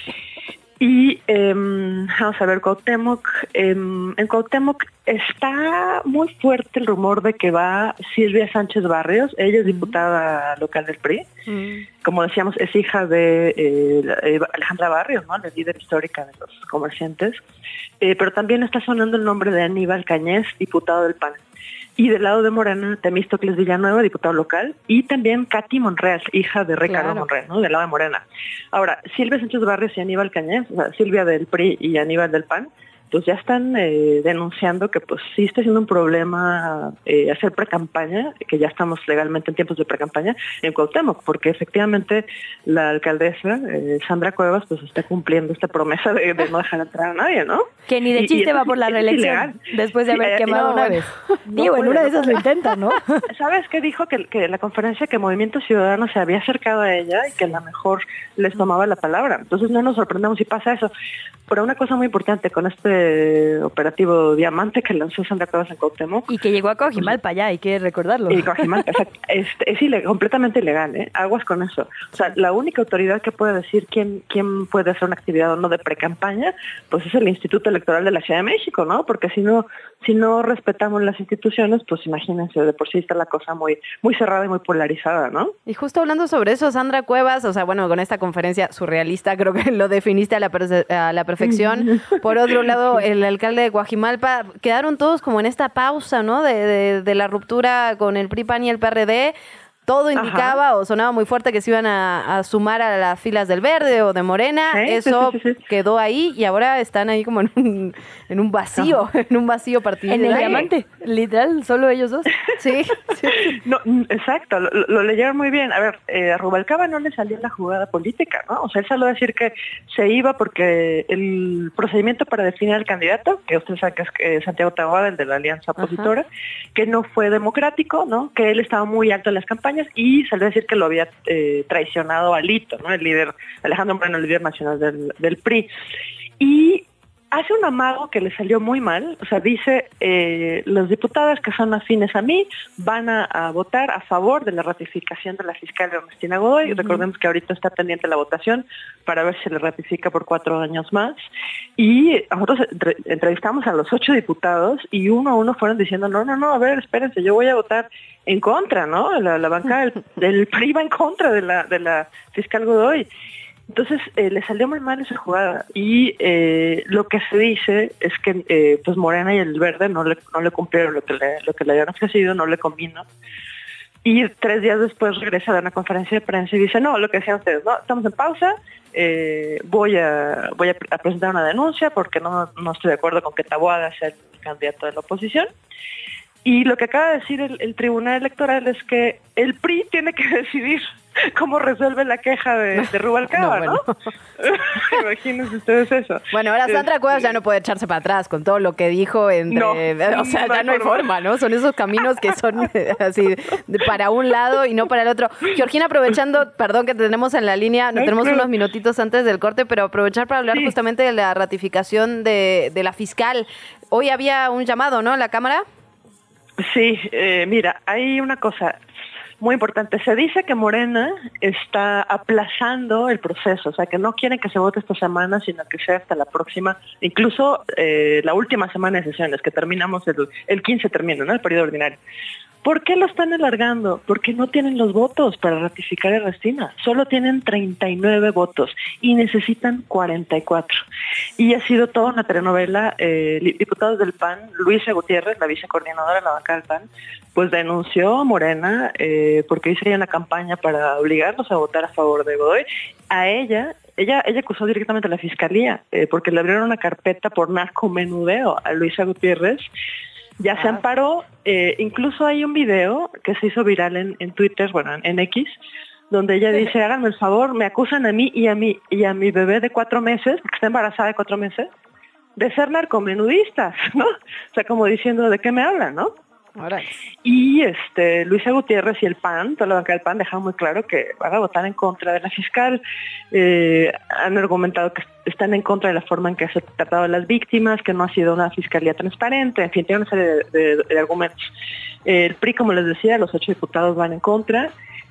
Y eh, vamos a ver, Cuauhtémoc, eh, en Cuauhtémoc está muy fuerte el rumor de que va Silvia Sánchez Barrios, ella es diputada local del P R I, mm. como decíamos, es hija de eh, Alejandra Barrios, ¿no? La líder histórica de los comerciantes, eh, pero también está sonando el nombre de Aníbal Cañez, diputado del P A N. Y del lado de Morena, Temístocles Villanueva, diputado local, y también Katy Monreal, hija de Ricardo claro. Monreal, ¿no? Del lado de Morena. Ahora, Silvia Sánchez Barrios y Aníbal Cañez, o sea, Silvia del P R I y Aníbal del P A N, pues ya están eh, denunciando que pues sí está siendo un problema eh, hacer precampaña, que ya estamos legalmente en tiempos de precampaña en Cuauhtémoc, porque efectivamente la alcaldesa, eh, Sandra Cuevas, pues está cumpliendo esta promesa de, de no dejar entrar a nadie, ¿no? Que ni de chiste y, y va por la reelección, después de haber sí, quemado no, una vez. No Digo, en una de esas lo intenta, ¿no? ¿Sabes qué dijo? Que, que en la conferencia que Movimiento Ciudadano se había acercado a ella y que a lo mejor les tomaba la palabra. Entonces no nos sorprendamos si pasa eso. Pero una cosa muy importante con este este operativo Diamante que lanzó Sandra Cuevas en Cuauhtémoc. Y que llegó a Coajimalpa ya, hay que recordarlo. Y Coajimalpa, exacto. Este, es ilegal, completamente ilegal, ¿eh? Aguas con eso. O sea, la única autoridad que puede decir quién quién puede hacer una actividad o no de precampaña, pues es el Instituto Electoral de la Ciudad de México, ¿no? Porque si no si no respetamos las instituciones, pues imagínense, de por sí está la cosa muy muy cerrada y muy polarizada, ¿no? Y justo hablando sobre eso, Sandra Cuevas, o sea, bueno, con esta conferencia surrealista creo que lo definiste a la, per- a la perfección. Por otro lado, el alcalde de Coajimalpa, quedaron todos como en esta pausa, ¿no? De, de, de la ruptura con el P R I, P A N y el P R D. Todo indicaba Ajá. o sonaba muy fuerte que se iban a, a sumar a las filas del Verde o de Morena. Sí, Eso sí, sí, sí. quedó ahí y ahora están ahí como en un, en un vacío, Ajá. en un vacío partido. En el diamante, literal, solo ellos dos. Sí, sí. No, exacto, lo, lo leyeron muy bien. A ver, eh, a Rubalcaba no le salió la jugada política, ¿no? O sea, él salió a decir que se iba porque el procedimiento para definir al candidato, que ustedes saben que es eh, Santiago Taboada, el de la alianza opositora, Ajá. que no fue democrático, ¿no? Que él estaba muy alto en las campañas y salió a decir que lo había eh, traicionado a Alito, ¿no? El líder, Alejandro Moreno, el líder nacional del, del P R I. Y hace un amago que le salió muy mal, o sea, dice, eh, los diputados que son afines a mí van a, a votar a favor de la ratificación de la fiscal Ernestina Godoy. Uh-huh. Recordemos que ahorita está pendiente la votación para ver si se le ratifica por cuatro años más. Y nosotros entre, entrevistamos a los ocho diputados y uno a uno fueron diciendo, no, no, no, a ver, espérense, yo voy a votar en contra, ¿no? La, la bancada del, del P R I va en contra de la, de la fiscal Godoy. Entonces eh, le salió muy mal esa jugada y eh, lo que se dice es que eh, pues Morena y el Verde no le no le cumplieron lo que le lo que le habían ofrecido, no le combinó. Y tres días después regresa a dar una conferencia de prensa y dice, no, lo que decían ustedes, no, estamos en pausa, eh, voy a voy a, a presentar una denuncia porque no, no estoy de acuerdo con que Taboada sea el candidato de la oposición. Y lo que acaba de decir el, el Tribunal Electoral es que el P R I tiene que decidir cómo resuelve la queja de, de Rubalcaba, ¿no? Bueno. ¿no? Imagínense ustedes eso. Bueno, ahora Sandra Cuevas ya no puede echarse para atrás con todo lo que dijo. Entre, no, o sea, no ya no hay forma. forma, ¿no? Son esos caminos que son así de para un lado y no para el otro. Georgina, aprovechando, perdón que te tenemos en la línea, nos tenemos unos minutitos antes del corte, pero aprovechar para hablar sí. justamente de la ratificación de, de la fiscal. Hoy había un llamado, ¿no? En la Cámara. Sí, eh, mira, hay una cosa muy importante. Se dice que Morena está aplazando el proceso, o sea, que no quieren que se vote esta semana, sino que sea hasta la próxima, incluso eh, la última semana de sesiones, que terminamos el, el quince termina, ¿no? El periodo ordinario. ¿Por qué lo están alargando? Porque no tienen los votos para ratificar a Ernestina. Solo tienen treinta y nueve votos y necesitan cuarenta y cuatro. Y ha sido toda una telenovela. Eh, diputados del P A N, Luisa Gutiérrez, la vicecoordinadora de la bancada del P A N, pues denunció a Morena eh, porque hizo una campaña para obligarlos a votar a favor de Godoy. A ella... Ella, ella acusó directamente a la fiscalía eh, porque le abrieron una carpeta por narcomenudeo a Luisa Gutiérrez. Ya ah. se amparó, eh, incluso hay un video que se hizo viral en, en Twitter, bueno, en, en X, donde ella dice, háganme el favor, me acusan a mí y a mi, y a mi bebé de cuatro meses, que está embarazada de cuatro meses, de ser narcomenudistas, ¿no? O sea, como diciendo, ¿de qué me hablan, no? Ahora. Y este Luisa Gutiérrez y el P A N, toda la banca del P A N, dejaron muy claro que van a votar en contra de la fiscal. Eh, han argumentado que están en contra de la forma en que se ha tratado a las víctimas, que no ha sido una fiscalía transparente, en fin, tiene una serie de, de, de argumentos. Eh, el P R I, como les decía, los ocho diputados van en contra.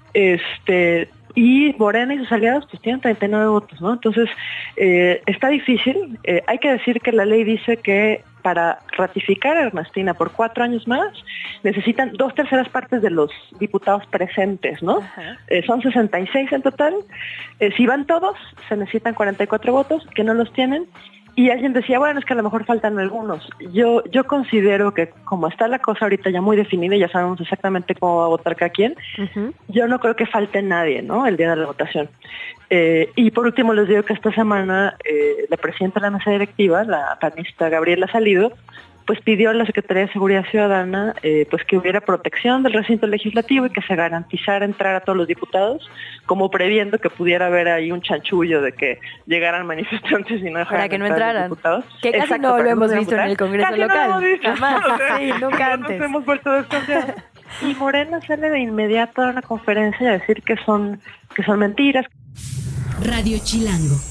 Este... Y Morena y sus aliados pues tienen treinta y nueve votos, ¿no? Entonces, eh, está difícil. Eh, hay que decir que la ley dice que para ratificar a Ernestina por cuatro años más, necesitan dos terceras partes de los diputados presentes, ¿no? Eh, son sesenta y seis en total. Eh, si van todos, se necesitan cuarenta y cuatro votos, que no los tienen. Y alguien decía, bueno, es que a lo mejor faltan algunos. Yo yo considero que como está la cosa ahorita ya muy definida y ya sabemos exactamente cómo va a votar cada quien, uh-huh. yo no creo que falte nadie, ¿no? El día de la votación. Eh, y por último les digo que esta semana eh, la presidenta de la mesa directiva, la panista Gabriela Salido, pues pidió a la Secretaría de Seguridad Ciudadana eh, pues que hubiera protección del recinto legislativo y que se garantizara entrar a todos los diputados, como previendo que pudiera haber ahí un chanchullo de que llegaran manifestantes y no dejaran para que no entraran. Los diputados. Que casi Exacto, no lo hemos visto votar. En el Congreso casi local. No lo hemos visto. Jamás. O sea, sí, nunca antes. Nos hemos vuelto desconfiados. Y Morena sale de inmediato a una conferencia a decir que son que son mentiras. Radio Chilango.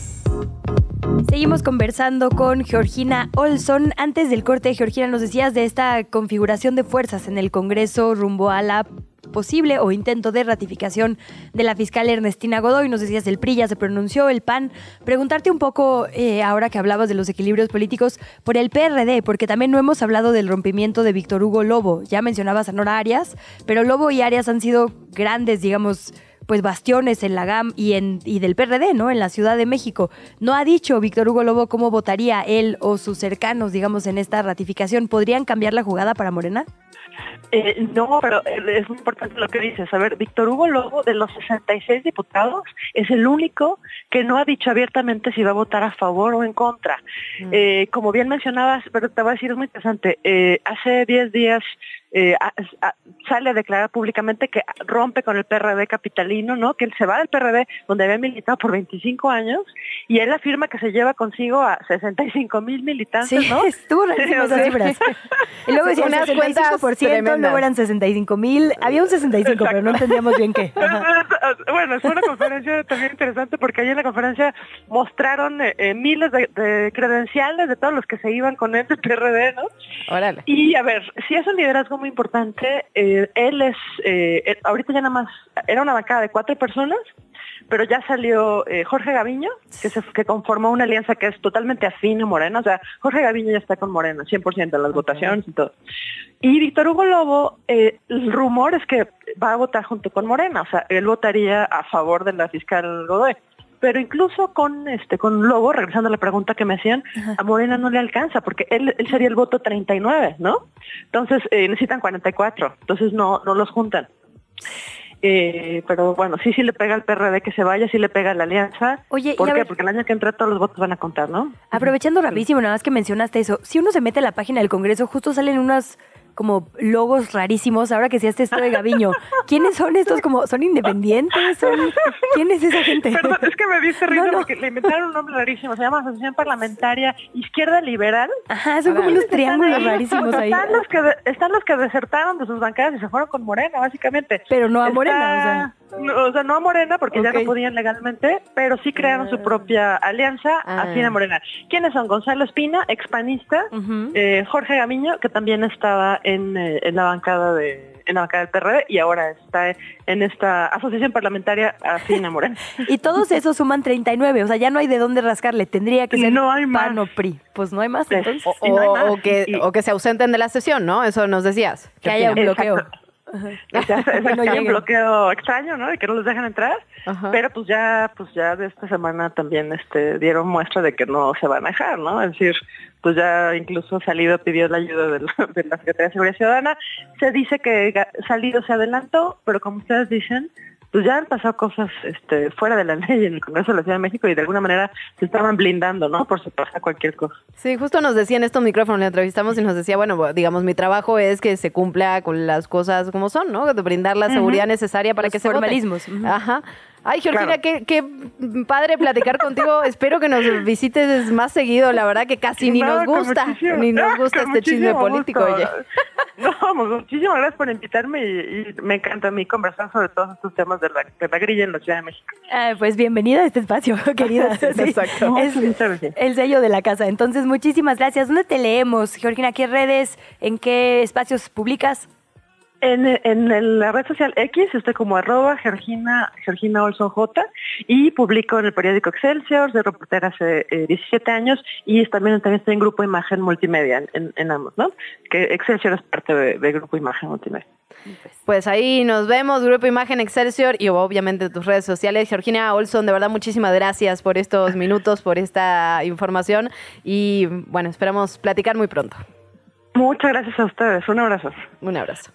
Seguimos conversando con Georgina Olson. Antes del corte, Georgina, nos decías de esta configuración de fuerzas en el Congreso rumbo a la posible o intento de ratificación de la fiscal Ernestina Godoy. Nos decías el P R I ya se pronunció, el P A N. Preguntarte un poco, eh, ahora que hablabas de los equilibrios políticos, por el P R D, porque también no hemos hablado del rompimiento de Víctor Hugo Lobo. Ya mencionabas a Nora Arias, pero Lobo y Arias han sido grandes, digamos, pues bastiones en la G A M y, en, y del P R D, ¿no? En la Ciudad de México. ¿No ha dicho Víctor Hugo Lobo cómo votaría él o sus cercanos, digamos, en esta ratificación? ¿Podrían cambiar la jugada para Morena? Eh, no, pero es muy importante lo que dices. A ver, Víctor Hugo Lobo, de los sesenta y seis diputados, es el único que no ha dicho abiertamente si va a votar a favor o en contra. Mm. Eh, como bien mencionabas, pero te voy a decir, es muy interesante, eh, hace diez días eh, a, a, sale a declarar públicamente que rompe con el P R D capitalino, ¿no? Que él se va del P R D, donde había militado por veinticinco años, y él afirma que se lleva consigo a sesenta y cinco mil militantes, sí, ¿no? Estuvo rarísimo esas cifras. Y luego decían unas sesenta y cinco por ciento, luego eran sesenta y cinco mil, había un sesenta y cinco, exacto, pero no entendíamos bien qué. Ajá. Bueno, fue una conferencia también interesante porque ahí en la conferencia mostraron eh, miles de, de credenciales de todos los que se iban con él del P R D, ¿no? Órale. Y a ver, si es un liderazgo muy importante, eh, él es, eh, él, ahorita ya nada más, era una bancada de cuatro personas, pero ya salió eh, Jorge Gaviño, que, se, que conformó una alianza que es totalmente afín a Morena. O sea, Jorge Gaviño ya está con Morena, cien por ciento en las okay. votaciones y todo. Y Víctor Hugo Lobo, eh, el rumor es que va a votar junto con Morena. O sea, él votaría a favor de la fiscal Godoy. Pero incluso con este con Lobo, regresando a la pregunta que me hacían, ajá, a Morena no le alcanza, porque él, él sería el voto treinta y nueve, ¿no? Entonces eh, necesitan cuarenta y cuatro, entonces no, no los juntan. Eh, pero bueno, sí, sí le pega al P R D que se vaya, sí le pega a la alianza. Oye, ¿por qué? Ver, porque el año que entra todos los votos van a contar, ¿no? Aprovechando rapidísimo, nada más que mencionaste eso, si uno se mete a la página del Congreso, justo salen unas como logos rarísimos, ahora que decías esto de Gaviño. ¿Quiénes son estos? Como ¿son independientes? ¿Son... ¿Quién es esa gente? Perdón, es que me diste risa no, no. porque le inventaron un nombre rarísimo, se llama Asociación Parlamentaria Izquierda Liberal. Ajá, son como unos triángulos ahí, rarísimos ahí. Están los, que de, están los que desertaron de sus bancadas y se fueron con Morena, básicamente. Pero no a Está... Morena, o sea... No, o sea, no a Morena, porque okay. ya no podían legalmente, pero sí crearon ah. su propia alianza ah. afín a Morena. ¿Quiénes son? Gonzalo Espina, expanista, uh-huh. eh, Jorge Gaviño, que también estaba en, eh, en la bancada de en la bancada del P R D y ahora está en esta asociación parlamentaria afín a Morena. Y todos esos suman treinta y nueve, o sea, ya no hay de dónde rascarle, tendría que ser no hay más. P A N o P R I. Pues no hay más, entonces. O, o, no hay más. O, que, y, o que se ausenten de la sesión, ¿no? Eso nos decías. Que haya un bloqueo. Exacto. O sea, es no un bloqueo extraño, ¿no? Y que no los dejan entrar. Ajá. Pero pues ya, pues ya de esta semana también este dieron muestra de que no se van a dejar, ¿no? Es decir, pues ya incluso Salido pidió la ayuda de la, de la Secretaría de Seguridad Ciudadana. Se dice que Salido se adelantó, pero como ustedes dicen, pues ya han pasado cosas este, fuera de la ley en el Congreso de la Ciudad de México y de alguna manera se estaban blindando, ¿no? Por si pasa cualquier cosa. Sí, justo nos decía en estos micrófonos, le entrevistamos y nos decía, bueno, digamos, mi trabajo es que se cumpla con las cosas como son, ¿no? De brindar la seguridad uh-huh. necesaria para Los que se formalismos. vote. Uh-huh. Ajá. Ay, Georgina, claro. qué, qué padre platicar contigo. Espero que nos visites más seguido. La verdad que casi ni no, nos gusta, ni nos gusta este chisme político. Gusto. Oye. No, muchísimas gracias por invitarme y, y me encanta a mí conversar sobre todos estos temas de la, de la grilla en la Ciudad de México. Ah, pues bienvenida a este espacio, querida. Sí, exacto. Es el sello de la casa. Entonces, muchísimas gracias. ¿Dónde te leemos, Georgina? ¿Qué redes, en qué espacios publicas? En, en la red social X estoy como arroba Georgina, Georgina Olson J y publico en el periódico Excelsior, de reportera hace eh, diecisiete años y también, también estoy en Grupo Imagen Multimedia, en, en ambos, ¿no? Que Excelsior es parte de, de Grupo Imagen Multimedia. Pues ahí nos vemos, Grupo Imagen Excelsior y obviamente tus redes sociales. Georgina Olson, de verdad muchísimas gracias por estos minutos, por esta información y bueno, esperamos platicar muy pronto. Muchas gracias a ustedes, un abrazo. Un abrazo.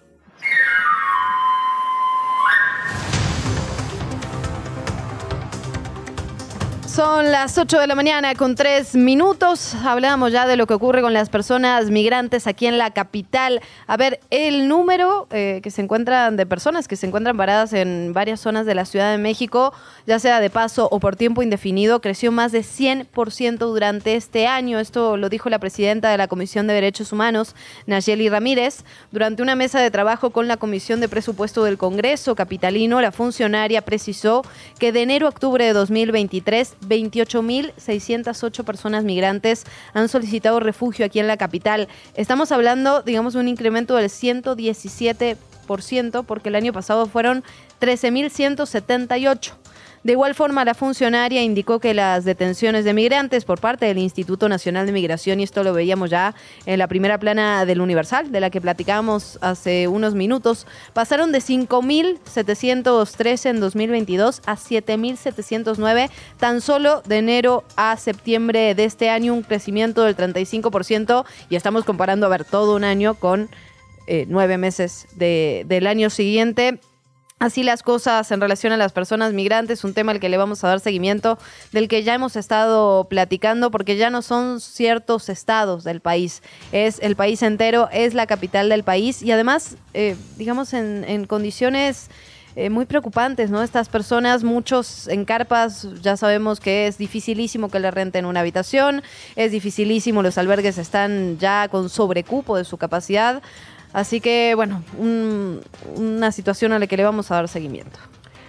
Son las ocho de la mañana con tres minutos. Hablábamos ya de lo que ocurre con las personas migrantes aquí en la capital. A ver, el número eh, que se encuentran de personas que se encuentran varadas en varias zonas de la Ciudad de México, ya sea de paso o por tiempo indefinido, creció más de cien por ciento durante este año. Esto lo dijo la presidenta de la Comisión de Derechos Humanos, Nayeli Ramírez, durante una mesa de trabajo con la Comisión de Presupuesto del Congreso capitalino. La funcionaria precisó que de enero a octubre de dos mil veintitrés, veintiocho mil seiscientas ocho personas migrantes han solicitado refugio aquí en la capital. Estamos hablando, digamos, de un incremento del ciento diecisiete por ciento, porque el año pasado fueron trece mil ciento setenta y ocho. De igual forma, la funcionaria indicó que las detenciones de migrantes por parte del Instituto Nacional de Migración, y esto lo veíamos ya en la primera plana del Universal, de la que platicábamos hace unos minutos, pasaron de cinco mil setecientos trece en dos mil veintidós a siete mil setecientos nueve tan solo de enero a septiembre de este año, un crecimiento del treinta y cinco por ciento, y estamos comparando, a ver, todo un año con eh, nueve meses de, del año siguiente. Así las cosas en relación a las personas migrantes, un tema al que le vamos a dar seguimiento, del que ya hemos estado platicando, porque ya no son ciertos estados del país, es el país entero, es la capital del país, y además, eh, digamos, en, en condiciones eh, muy preocupantes, ¿no? Estas personas, muchos en carpas, ya sabemos que es dificilísimo que le renten una habitación, es dificilísimo, los albergues están ya con sobrecupo de su capacidad. Así que, bueno, un, una situación a la que le vamos a dar seguimiento.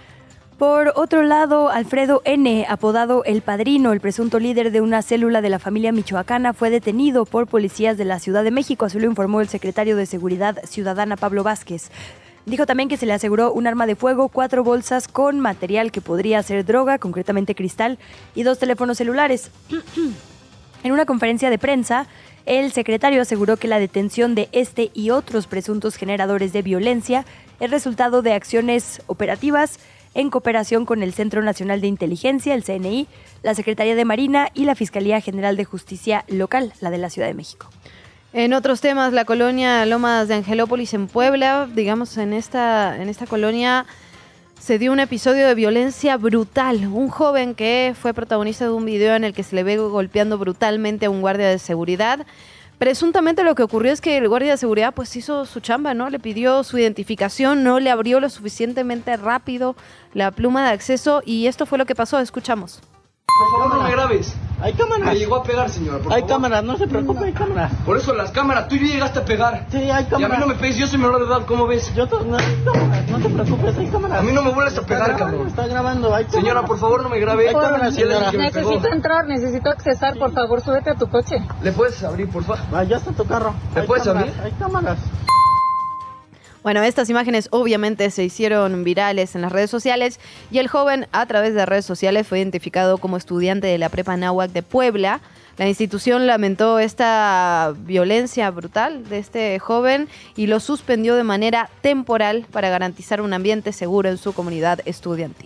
Por otro lado, Alfredo N., apodado El Padrino, el presunto líder de una célula de la familia michoacana, fue detenido por policías de la Ciudad de México, así lo informó el secretario de Seguridad Ciudadana, Pablo Vázquez. Dijo también que se le aseguró un arma de fuego, cuatro bolsas con material que podría ser droga, concretamente cristal, y dos teléfonos celulares. En una conferencia de prensa, el secretario aseguró que la detención de este y otros presuntos generadores de violencia es resultado de acciones operativas en cooperación con el Centro Nacional de Inteligencia, el C N I, la Secretaría de Marina y la Fiscalía General de Justicia Local, la de la Ciudad de México. En otros temas, la colonia Lomas de Angelópolis en Puebla, digamos, en esta, en esta colonia se dio un episodio de violencia brutal. Un joven que fue protagonista de un video en el que se le ve golpeando brutalmente a un guardia de seguridad. Presuntamente lo que ocurrió es que el guardia de seguridad pues hizo su chamba, ¿no? Le pidió su identificación, no le abrió lo suficientemente rápido la pluma de acceso y esto fue lo que pasó. Escuchamos. Por favor, no me grabes. Hay cámaras. Me llegó a pegar, señora, por Hay favor. cámaras, no se preocupe, hay cámaras. Por eso las cámaras, tú ya llegaste a pegar. Sí, hay cámaras. Y a mí no me pegues, yo soy menor de edad, ¿cómo ves? Yo no, hay cámaras, no te preocupes, hay cámaras. A mí no me vuelves a pegar, está cabrón. Está grabando, hay cámaras. Señora, por favor, no me grabe. Hay cámaras, señora. Necesito entrar, necesito accesar, por favor, súbete a tu coche. ¿Le puedes abrir, por favor? Ah, ya está tu carro. ¿Le Hay puedes cámaras, abrir? Hay cámaras. Bueno, estas imágenes obviamente se hicieron virales en las redes sociales y el joven a través de redes sociales fue identificado como estudiante de la Prepa Anáhuac de Puebla. La institución lamentó esta violencia brutal de este joven y lo suspendió de manera temporal para garantizar un ambiente seguro en su comunidad estudiantil.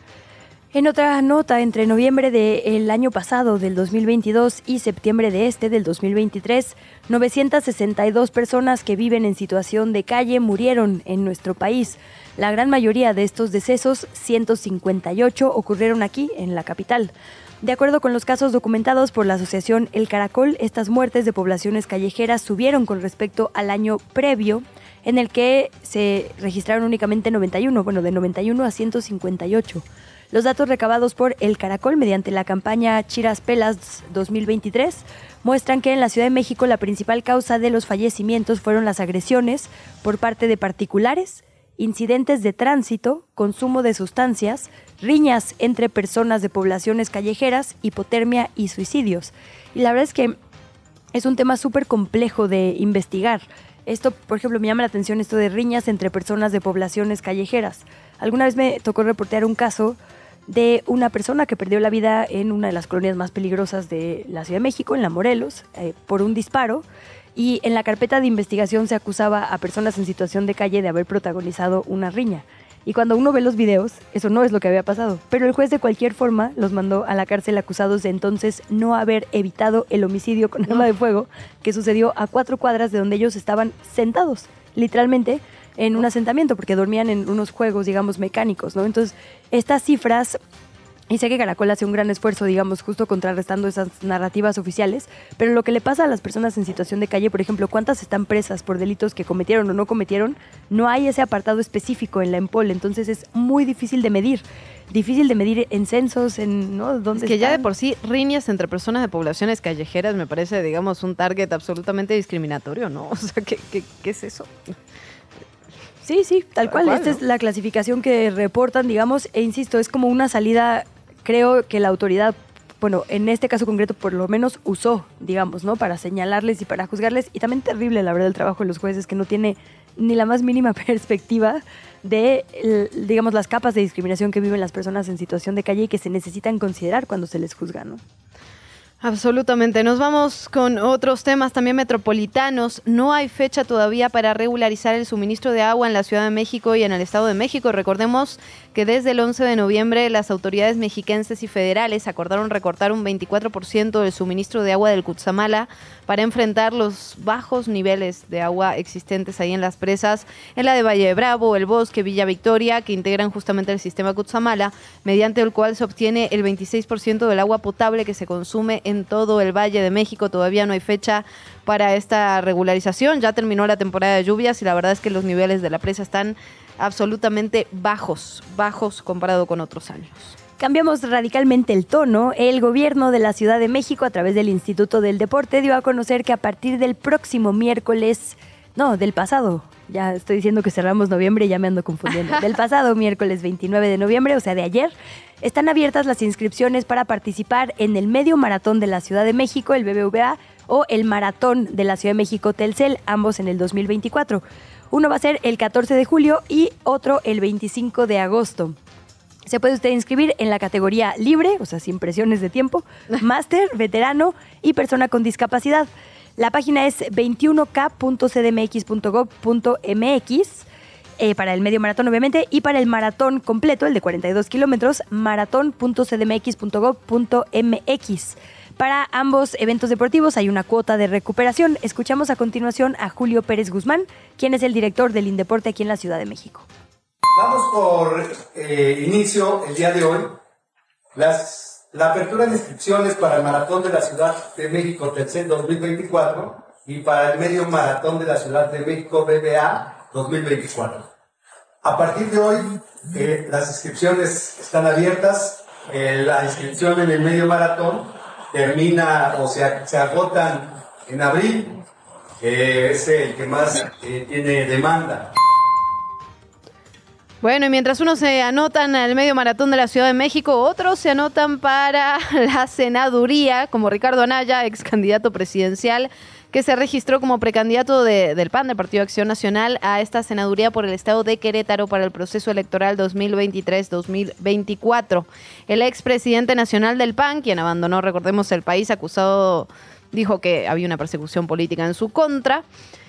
En otra nota, entre noviembre del año pasado, del dos mil veintidós, y septiembre de este, del dos mil veintitrés, novecientas sesenta y dos personas que viven en situación de calle murieron en nuestro país. La gran mayoría de estos decesos, ciento cincuenta y ocho, ocurrieron aquí, en la capital. De acuerdo con los casos documentados por la asociación El Caracol, estas muertes de poblaciones callejeras subieron con respecto al año previo, en el que se registraron únicamente noventa y uno, bueno, de noventa y uno a ciento cincuenta y ocho. Los datos recabados por El Caracol mediante la campaña Chiras Pelas dos mil veintitrés muestran que en la Ciudad de México la principal causa de los fallecimientos fueron las agresiones por parte de particulares, incidentes de tránsito, consumo de sustancias, riñas entre personas de poblaciones callejeras, hipotermia y suicidios. Y la verdad es que es un tema súper complejo de investigar. Esto, por ejemplo, me llama la atención esto de riñas entre personas de poblaciones callejeras. Alguna vez me tocó reportear un caso de una persona que perdió la vida en una de las colonias más peligrosas de la Ciudad de México, en La Morelos, eh, por un disparo. Y en la carpeta de investigación se acusaba a personas en situación de calle de haber protagonizado una riña. Y cuando uno ve los videos, eso no es lo que había pasado. Pero el juez de cualquier forma los mandó a la cárcel acusados de entonces no haber evitado el homicidio con arma de fuego que sucedió a cuatro cuadras de donde ellos estaban sentados, literalmente, en un asentamiento, porque dormían en unos juegos, digamos, mecánicos, ¿no? Entonces, estas cifras, y sé que Caracol hace un gran esfuerzo, digamos, justo contrarrestando esas narrativas oficiales, pero lo que le pasa a las personas en situación de calle, por ejemplo, cuántas están presas por delitos que cometieron o no cometieron, no hay ese apartado específico en la EMPOL, entonces es muy difícil de medir. Difícil de medir en censos, en, ¿no? ¿Dónde es que están? Ya de por sí, riñas entre personas de poblaciones callejeras me parece, digamos, un target absolutamente discriminatorio, ¿no? O sea, ¿qué, qué, qué es eso? Sí, sí, tal, tal cual. cual. Esta ¿no? es la clasificación que reportan, digamos, e insisto, es como una salida creo que la autoridad, bueno, en este caso concreto por lo menos usó, digamos, ¿no? Para señalarles y para juzgarles. Y también terrible, la verdad, el trabajo de los jueces, que no tiene ni la más mínima perspectiva de, digamos, las capas de discriminación que viven las personas en situación de calle y que se necesitan considerar cuando se les juzga, ¿no? Absolutamente. Nos vamos con otros temas también metropolitanos. No hay fecha todavía para regularizar el suministro de agua en la Ciudad de México y en el Estado de México. Recordemos que desde el once de noviembre las autoridades mexiquenses y federales acordaron recortar un veinticuatro por ciento del suministro de agua del Cutzamala para enfrentar los bajos niveles de agua existentes ahí en las presas, en la de Valle de Bravo, El Bosque, Villa Victoria, que integran justamente el sistema Cutzamala, mediante el cual se obtiene el veintiséis por ciento del agua potable que se consume en todo el Valle de México. Todavía no hay fecha para esta regularización. Ya terminó la temporada de lluvias y la verdad es que los niveles de la presa están absolutamente bajos, bajos comparado con otros años. Cambiamos radicalmente el tono. El gobierno de la Ciudad de México, a través del Instituto del Deporte, dio a conocer que a partir del próximo miércoles, no, del pasado, ya estoy diciendo que cerramos noviembre y ya me ando confundiendo, del pasado miércoles veintinueve de noviembre, o sea, de ayer, están abiertas las inscripciones para participar en el Medio Maratón de la Ciudad de México, el B B V A, o el Maratón de la Ciudad de México Telcel, ambos en el dos mil veinticuatro. Uno va a ser el catorce de julio y otro el veinticinco de agosto. Se puede usted inscribir en la categoría libre, o sea, sin presiones de tiempo, máster, veterano y persona con discapacidad. La página es veintiuno k punto c d m x punto gob punto m x eh, para el medio maratón, obviamente, y para el maratón completo, el de cuarenta y dos kilómetros, maratón punto c d m x punto gob punto m x. Para ambos eventos deportivos hay una cuota de recuperación. Escuchamos a continuación a Julio Pérez Guzmán, quien es el director del Indeporte aquí en la Ciudad de México. Damos por eh, inicio el día de hoy las, la apertura de inscripciones para el Maratón de la Ciudad de México Telcel dos mil veinticuatro y para el Medio Maratón de la Ciudad de México B B A dos mil veinticuatro. A partir de hoy eh, las inscripciones están abiertas. Eh, la inscripción en el Medio Maratón termina o sea, se agotan en abril. Eh, es el que más eh, tiene demanda. Bueno, y mientras unos se anotan al Medio Maratón de la Ciudad de México, otros se anotan para la senaduría, como Ricardo Anaya, ex candidato presidencial, que se registró como precandidato de, del P A N, del Partido Acción Nacional, a esta senaduría por el estado de Querétaro para el proceso electoral dos mil veintitrés dos mil veinticuatro. El expresidente nacional del P A N, quien abandonó, recordemos, el país, acusado, dijo que había una persecución política en su contra,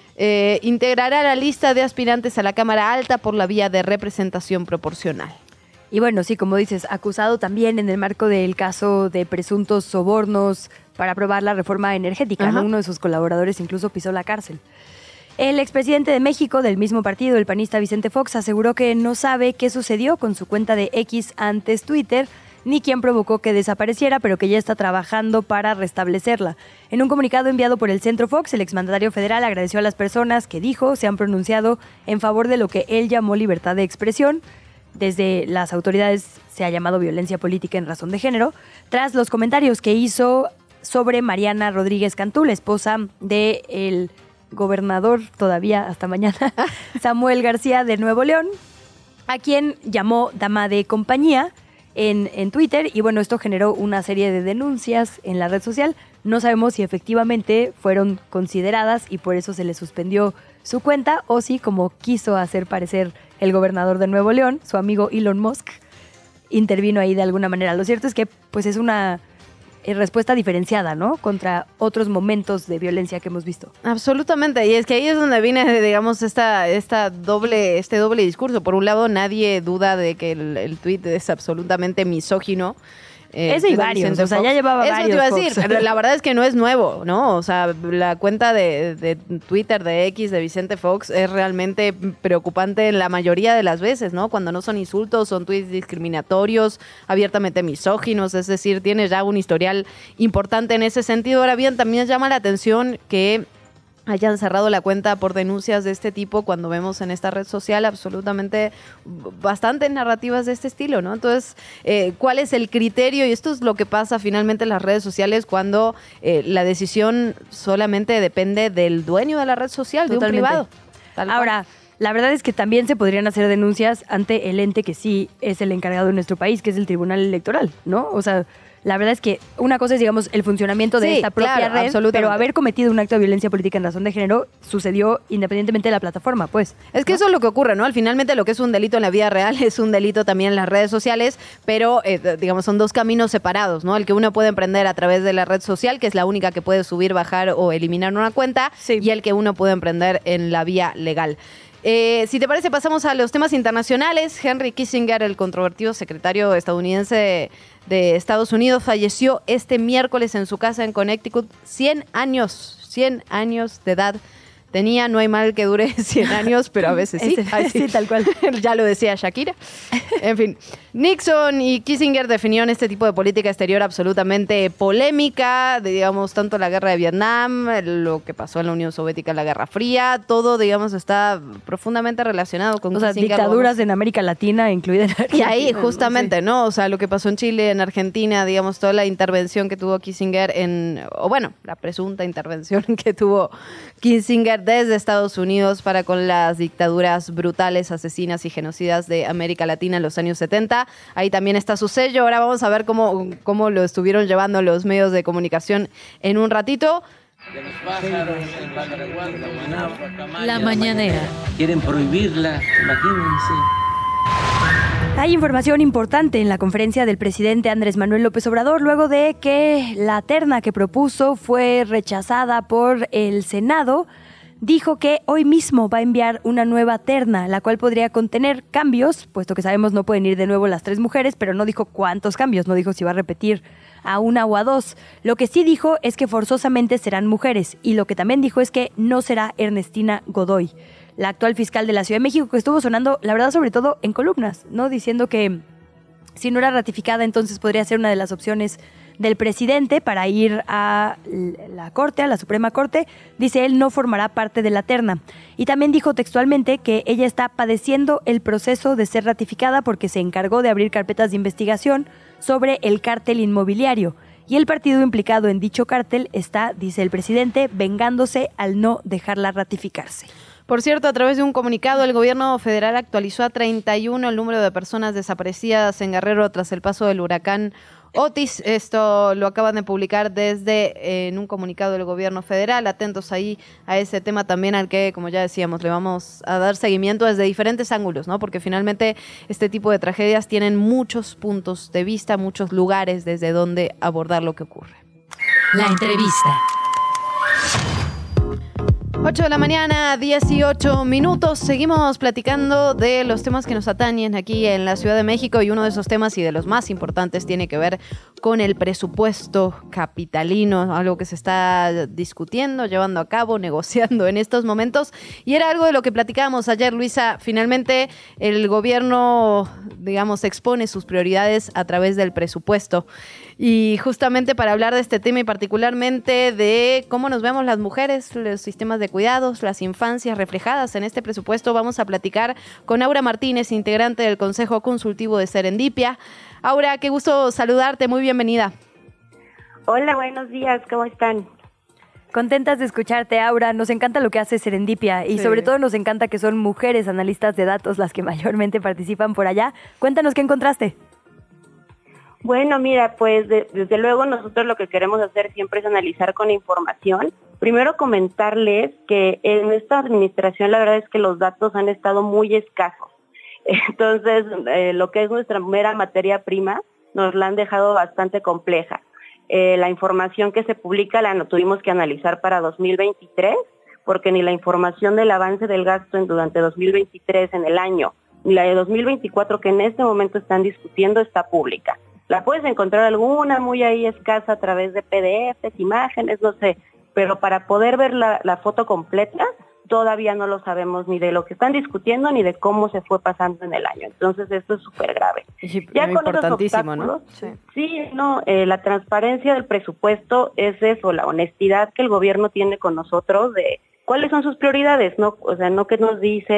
Eh, integrará la lista de aspirantes a la Cámara Alta por la vía de representación proporcional. Y bueno, sí, como dices, acusado también en el marco del caso de presuntos sobornos para aprobar la reforma energética, ¿no? Uno de sus colaboradores incluso pisó la cárcel. El expresidente de México, del mismo partido, el panista Vicente Fox, aseguró que no sabe qué sucedió con su cuenta de X antes Twitter, ni quién provocó que desapareciera, pero que ya está trabajando para restablecerla. En un comunicado enviado por el Centro Fox, el exmandatario federal agradeció a las personas que, dijo, se han pronunciado en favor de lo que él llamó libertad de expresión. Desde las autoridades se ha llamado violencia política en razón de género, tras los comentarios que hizo sobre Mariana Rodríguez Cantú, la esposa del gobernador, todavía hasta mañana, Samuel García de Nuevo León, a quien llamó dama de compañía en, en Twitter. Y bueno, esto generó una serie de denuncias en la red social. No sabemos si efectivamente fueron consideradas y por eso se le suspendió su cuenta, o si, como quiso hacer parecer el gobernador de Nuevo León, su amigo Elon Musk, intervino ahí de alguna manera. Lo cierto es que pues es una respuesta diferenciada, ¿no? Contra otros momentos de violencia que hemos visto. Absolutamente, y es que ahí es donde viene, digamos, esta, esta doble, este doble discurso. Por un lado, nadie duda de que el, el tuit es absolutamente misógino. Eh, Ese y varios, o sea, ya llevaba Eso varios. Eso te iba a decir, Fox. la verdad es que no es nuevo, ¿no? O sea, la cuenta de, de Twitter de X de Vicente Fox es realmente preocupante en la mayoría de las veces, ¿no? Cuando no son insultos, son tweets discriminatorios, abiertamente misóginos, es decir, tiene ya un historial importante en ese sentido. Ahora bien, también llama la atención que hayan cerrado la cuenta por denuncias de este tipo, cuando vemos en esta red social absolutamente bastantes narrativas de este estilo, ¿no? Entonces, eh, ¿cuál es el criterio? Y esto es lo que pasa finalmente en las redes sociales cuando eh, la decisión solamente depende del dueño de la red social, Totalmente. de un privado. Tal Ahora, la verdad es que también se podrían hacer denuncias ante el ente que sí es el encargado de nuestro país, que es el Tribunal Electoral, ¿no? O sea, la verdad es que una cosa es, digamos, el funcionamiento de Sí, esta propia claro, red, absolutamente. pero haber cometido un acto de violencia política en razón de género sucedió independientemente de la plataforma, pues. Es que ¿no? eso es lo que ocurre, ¿no? Al finalmente lo que es un delito en la vida real es un delito también en las redes sociales, pero eh, digamos son dos caminos separados, ¿no? El que uno puede emprender a través de la red social, que es la única que puede subir, bajar o eliminar una cuenta, sí. y el que uno puede emprender en la vía legal. Eh, si te parece, pasamos a los temas internacionales. Henry Kissinger, el controvertido secretario estadounidense de Estados Unidos, falleció este miércoles en su casa en Connecticut, cien años, cien años de edad. Tenía, no hay mal que dure cien años, pero a veces sí. Ese, Ay, sí. sí, tal cual. Ya lo decía Shakira. En fin, Nixon y Kissinger definieron este tipo de política exterior absolutamente polémica, de, digamos, tanto la guerra de Vietnam, lo que pasó en la Unión Soviética, la Guerra Fría, todo, digamos, está profundamente relacionado con O sea, Kissinger. dictaduras Vamos. en América Latina, incluida en Argentina. Y ahí, ¿no? justamente, Sí. ¿no? O sea, lo que pasó en Chile, en Argentina, digamos, toda la intervención que tuvo Kissinger en, o bueno, la presunta intervención que tuvo Kissinger desde Estados Unidos para con las dictaduras brutales, asesinas y genocidas de América Latina en los años setenta. Ahí también está su sello. Ahora vamos a ver cómo, cómo lo estuvieron llevando los medios de comunicación en un ratito. La mañanera. Quieren prohibirla, imagínense. Hay información importante en la conferencia del presidente Andrés Manuel López Obrador luego de que la terna que propuso fue rechazada por el Senado. Dijo que hoy mismo va a enviar una nueva terna, la cual podría contener cambios, puesto que sabemos no pueden ir de nuevo las tres mujeres, pero no dijo cuántos cambios, no dijo si va a repetir a una o a dos. Lo que sí dijo es que forzosamente serán mujeres, y lo que también dijo es que no será Ernestina Godoy, la actual fiscal de la Ciudad de México, que estuvo sonando, la verdad, sobre todo en columnas, ¿no? Diciendo que si no era ratificada, entonces podría ser una de las opciones del presidente para ir a la Corte, a la Suprema Corte. Dice él, no formará parte de la terna. Y también dijo textualmente que ella está padeciendo el proceso de ser ratificada porque se encargó de abrir carpetas de investigación sobre el cártel inmobiliario. Y el partido implicado en dicho cártel está, dice el presidente, vengándose al no dejarla ratificarse. Por cierto, a través de un comunicado, el gobierno federal actualizó a treinta y uno el número de personas desaparecidas en Guerrero tras el paso del huracán Otis. Esto lo acaban de publicar desde eh, en un comunicado del gobierno federal. Atentos ahí a ese tema también al que, como ya decíamos, le vamos a dar seguimiento desde diferentes ángulos, ¿no? Porque finalmente este tipo de tragedias tienen muchos puntos de vista, muchos lugares desde donde abordar lo que ocurre. La entrevista. ocho de la mañana, dieciocho minutos. Seguimos platicando de los temas que nos atañen aquí en la Ciudad de México, y uno de esos temas y de los más importantes tiene que ver con el presupuesto capitalino, algo que se está discutiendo, llevando a cabo, negociando en estos momentos, y era algo de lo que platicábamos ayer, Luisa. Finalmente el gobierno, digamos, expone sus prioridades a través del presupuesto. Y justamente para hablar de este tema y particularmente de cómo nos vemos las mujeres, los sistemas de cuidados, las infancias reflejadas en este presupuesto, vamos a platicar con Aura Martínez, integrante del Consejo Consultivo de Serendipia. Aura, qué gusto saludarte, muy bienvenida. Hola, buenos días, ¿cómo están? Contentas de escucharte, Aura. Nos encanta lo que hace Serendipia y sí, sobre todo nos encanta que son mujeres analistas de datos las que mayormente participan por allá. Cuéntanos qué encontraste. Bueno, mira, pues de, desde luego nosotros lo que queremos hacer siempre es analizar con información. Primero comentarles que en esta administración la verdad es que los datos han estado muy escasos. Entonces, eh, lo que es nuestra mera materia prima nos la han dejado bastante compleja. Eh, la información que se publica la no tuvimos que analizar para dos mil veintitrés, porque ni la información del avance del gasto en, durante dos mil veintitrés en el año, ni la de dos mil veinticuatro que en este momento están discutiendo está pública. La puedes encontrar alguna muy ahí escasa a través de P D Efes, imágenes, no sé, pero para poder ver la, la foto completa todavía no lo sabemos ni de lo que están discutiendo ni de cómo se fue pasando en el año. Entonces esto es súper grave. Sí, ya con importantísimo, ¿no? Sí, sí no, eh, la transparencia del presupuesto es eso, la honestidad que el gobierno tiene con nosotros de cuáles son sus prioridades, no, o sea, no que nos dicen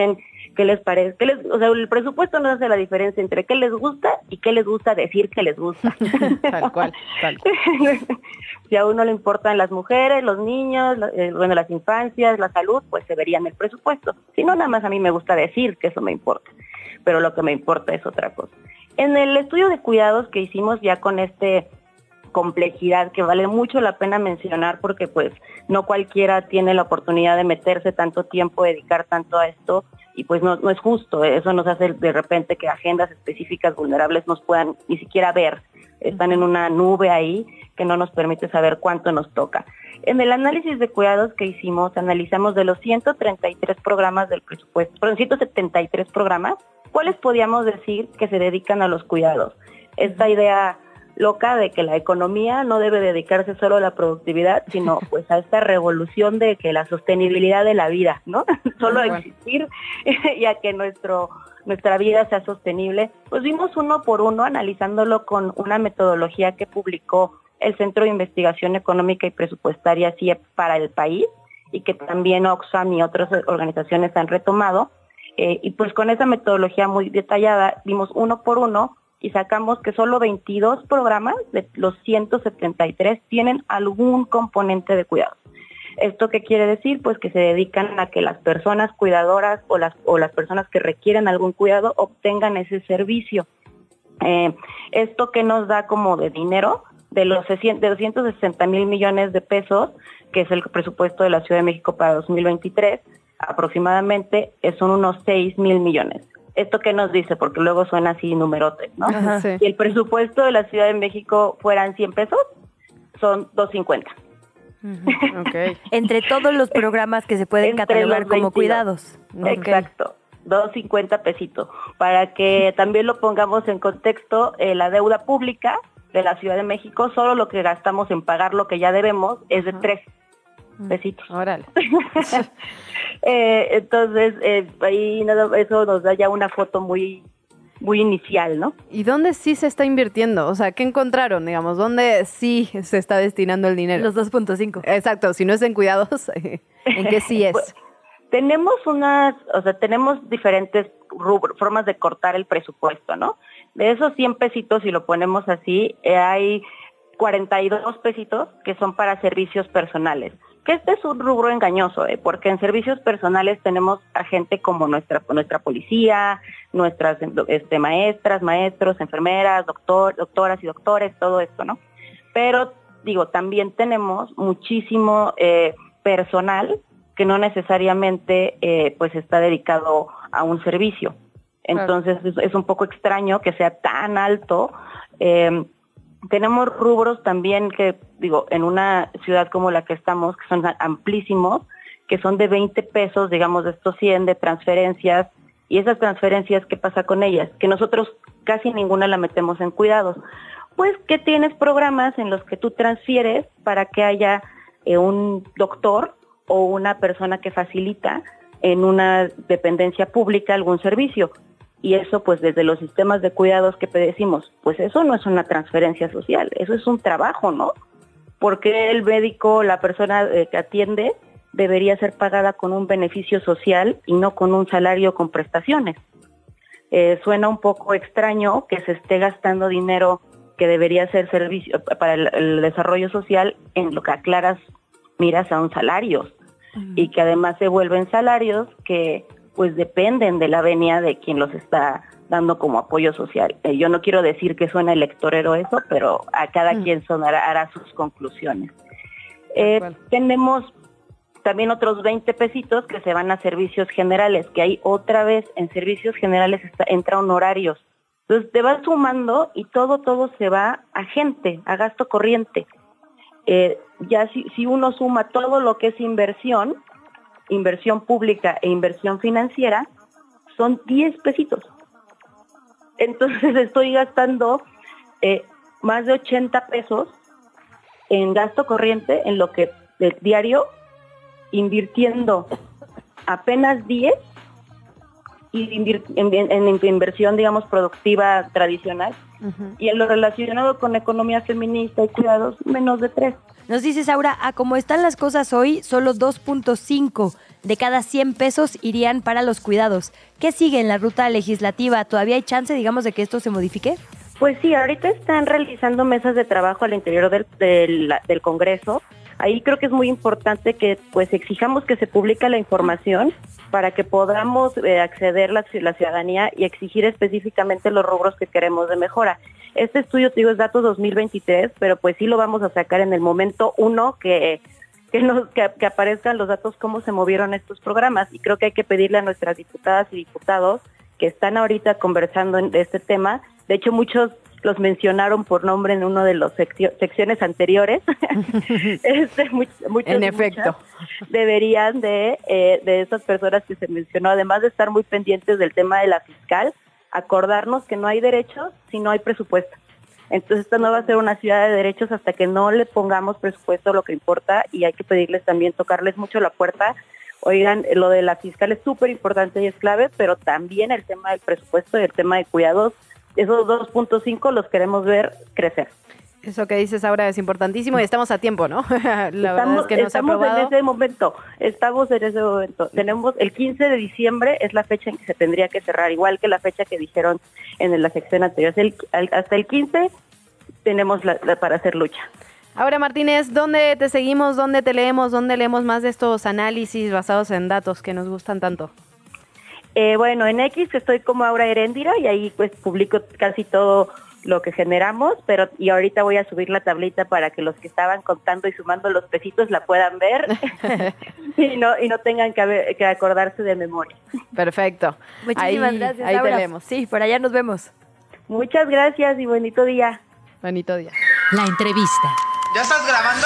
qué les parece, qué les, o sea, el presupuesto no hace la diferencia entre qué les gusta y qué les gusta decir que les gusta. Tal cual, tal cual. Si a uno le importan las mujeres, los niños, eh, bueno, las infancias, la salud, pues se vería en el presupuesto. Si no, nada más a mí me gusta decir que eso me importa, pero lo que me importa es otra cosa. En el estudio de cuidados que hicimos ya con este complejidad que vale mucho la pena mencionar porque pues no cualquiera tiene la oportunidad de meterse tanto tiempo, dedicar tanto a esto y pues no, no es justo, eso nos hace de repente que agendas específicas vulnerables nos puedan ni siquiera ver, están en una nube ahí que no nos permite saber cuánto nos toca. En el análisis de cuidados que hicimos, analizamos de los ciento treinta y tres programas del presupuesto, perdón, ciento setenta y tres programas, ¿cuáles podíamos decir que se dedican a los cuidados? Esta idea loca de que la economía no debe dedicarse solo a la productividad, sino pues a esta revolución de que la sostenibilidad de la vida, ¿no? Solo a existir y a que nuestro nuestra vida sea sostenible. Pues vimos uno por uno analizándolo con una metodología que publicó el Centro de Investigación Económica y Presupuestaria C I E P para el país y que también Oxfam y otras organizaciones han retomado. Eh, y pues con esa metodología muy detallada vimos uno por uno y sacamos que solo veintidós programas de los ciento setenta y tres tienen algún componente de cuidado. ¿Esto qué quiere decir? Pues que se dedican a que las personas cuidadoras o las, o las personas que requieren algún cuidado obtengan ese servicio. Eh, ¿Esto qué nos da como de dinero? De los de doscientos sesenta mil millones de pesos, que es el presupuesto de la Ciudad de México para dos mil veintitrés, aproximadamente son unos seis mil millones. ¿Esto qué nos dice? Porque luego suena así numerote, ¿no? Ajá, sí. Si el presupuesto de la Ciudad de México fueran cien pesos, son doscientos cincuenta. Uh-huh. Okay. Entre todos los programas que se pueden Entre catalogar como cuidados. Exacto, okay. doscientos cincuenta pesitos. Para que también lo pongamos en contexto, eh, la deuda pública de la Ciudad de México, solo lo que gastamos en pagar lo que ya debemos es de tres pesitos. Órale. eh, entonces, eh, ahí nada, eso nos da ya una foto muy muy inicial, ¿no? ¿Y dónde sí se está invirtiendo? O sea, ¿qué encontraron, digamos? ¿Dónde sí se está destinando el dinero? Los dos punto cinco. Exacto, si no es en cuidados, ¿en qué sí es? Pues, tenemos unas, o sea, tenemos diferentes rubros, formas de cortar el presupuesto, ¿no? De esos cien pesitos, si lo ponemos así, eh, hay cuarenta y dos pesitos que son para servicios personales. Que este es un rubro engañoso, ¿eh? Porque en servicios personales tenemos a gente como nuestra nuestra policía, nuestras este, maestras, maestros, enfermeras, doctor, doctoras y doctores, todo esto, ¿no? Pero, digo, también tenemos muchísimo eh, personal que no necesariamente eh, pues está dedicado a un servicio. Entonces, claro. es, es un poco extraño que sea tan alto. Eh, Tenemos rubros también que, digo, en una ciudad como la que estamos, que son amplísimos, que son de veinte pesos, digamos, de estos cien de transferencias, y esas transferencias, ¿qué pasa con ellas? Que nosotros casi ninguna la metemos en cuidados. Pues que tienes programas en los que tú transfieres para que haya eh, un doctor o una persona que facilita en una dependencia pública algún servicio. Y eso, pues, desde los sistemas de cuidados que decimos, pues eso no es una transferencia social, eso es un trabajo, ¿no? Porque el médico, la persona eh, que atiende, debería ser pagada con un beneficio social y no con un salario con prestaciones. Eh, suena un poco extraño que se esté gastando dinero que debería ser servicio para el, el desarrollo social en lo que a claras miras a un salario, uh-huh. y que además se vuelven salarios que pues dependen de la venia de quien los está dando como apoyo social. Eh, yo no quiero decir que suena electorero eso, pero a cada mm. quien sonará, hará sus conclusiones. Eh, tenemos también otros veinte pesitos que se van a servicios generales, que ahí otra vez en servicios generales está, entra honorarios. Entonces te vas sumando y todo, todo se va a gente, a gasto corriente. Eh, ya si, si uno suma todo lo que es inversión, inversión pública e inversión financiera, son diez pesitos. Entonces estoy gastando eh, más de ochenta pesos en gasto corriente, en lo que de diario, invirtiendo apenas diez y invir- en, en, en inversión, digamos, productiva tradicional. Uh-huh. Y en lo relacionado con economía feminista y cuidados, menos de tres. Nos dice Saura, a como están las cosas hoy, solo dos punto cinco de cada cien pesos irían para los cuidados. ¿Qué sigue en la ruta legislativa? ¿Todavía hay chance, digamos, de que esto se modifique? Pues sí, ahorita están realizando mesas de trabajo al interior del, del, del Congreso. Ahí creo que es muy importante que pues exijamos que se publique la información para que podamos eh, acceder la, la ciudadanía y exigir específicamente los rubros que queremos de mejora. Este estudio, te digo, es dato dos mil veintitrés, pero pues sí lo vamos a sacar en el momento uno que, que, nos, que, que aparezcan los datos, cómo se movieron estos programas. Y creo que hay que pedirle a nuestras diputadas y diputados que están ahorita conversando en, de este tema. De hecho, muchos los mencionaron por nombre en uno de las seccio- secciones anteriores. este, much, muchos, en efecto. Deberían de, eh, de esas personas que se mencionó, además de estar muy pendientes del tema de la fiscal, acordarnos que no hay derechos si no hay presupuesto. Entonces esta no va a ser una ciudad de derechos hasta que no le pongamos presupuesto a lo que importa, y hay que pedirles también, tocarles mucho la puerta. Oigan, lo de la fiscal es súper importante y es clave, pero también el tema del presupuesto y el tema de cuidados, esos dos punto cinco los queremos ver crecer. Eso que dices ahora es importantísimo y estamos a tiempo, ¿no? La estamos, verdad es que no se ha estamos aprobado. en ese momento, estamos en ese momento. Tenemos el quince de diciembre, es la fecha en que se tendría que cerrar, igual que la fecha que dijeron en la sección anterior. El, hasta el quince tenemos la, la, para hacer lucha. Ahora, Martínez, ¿dónde te seguimos? ¿Dónde te leemos? ¿Dónde leemos más de estos análisis basados en datos que nos gustan tanto? Eh, bueno, en X estoy como Aura Heréndira y ahí pues publico casi todo lo que generamos, pero y ahorita voy a subir la tablita para que los que estaban contando y sumando los pesitos la puedan ver y no y no tengan que, haber, que acordarse de memoria. Perfecto. Muchísimas ahí, gracias, ahí Aura. te leemos. Sí, por allá nos vemos. Muchas gracias y bonito día. Bonito día. La entrevista. ¿Ya estás grabando?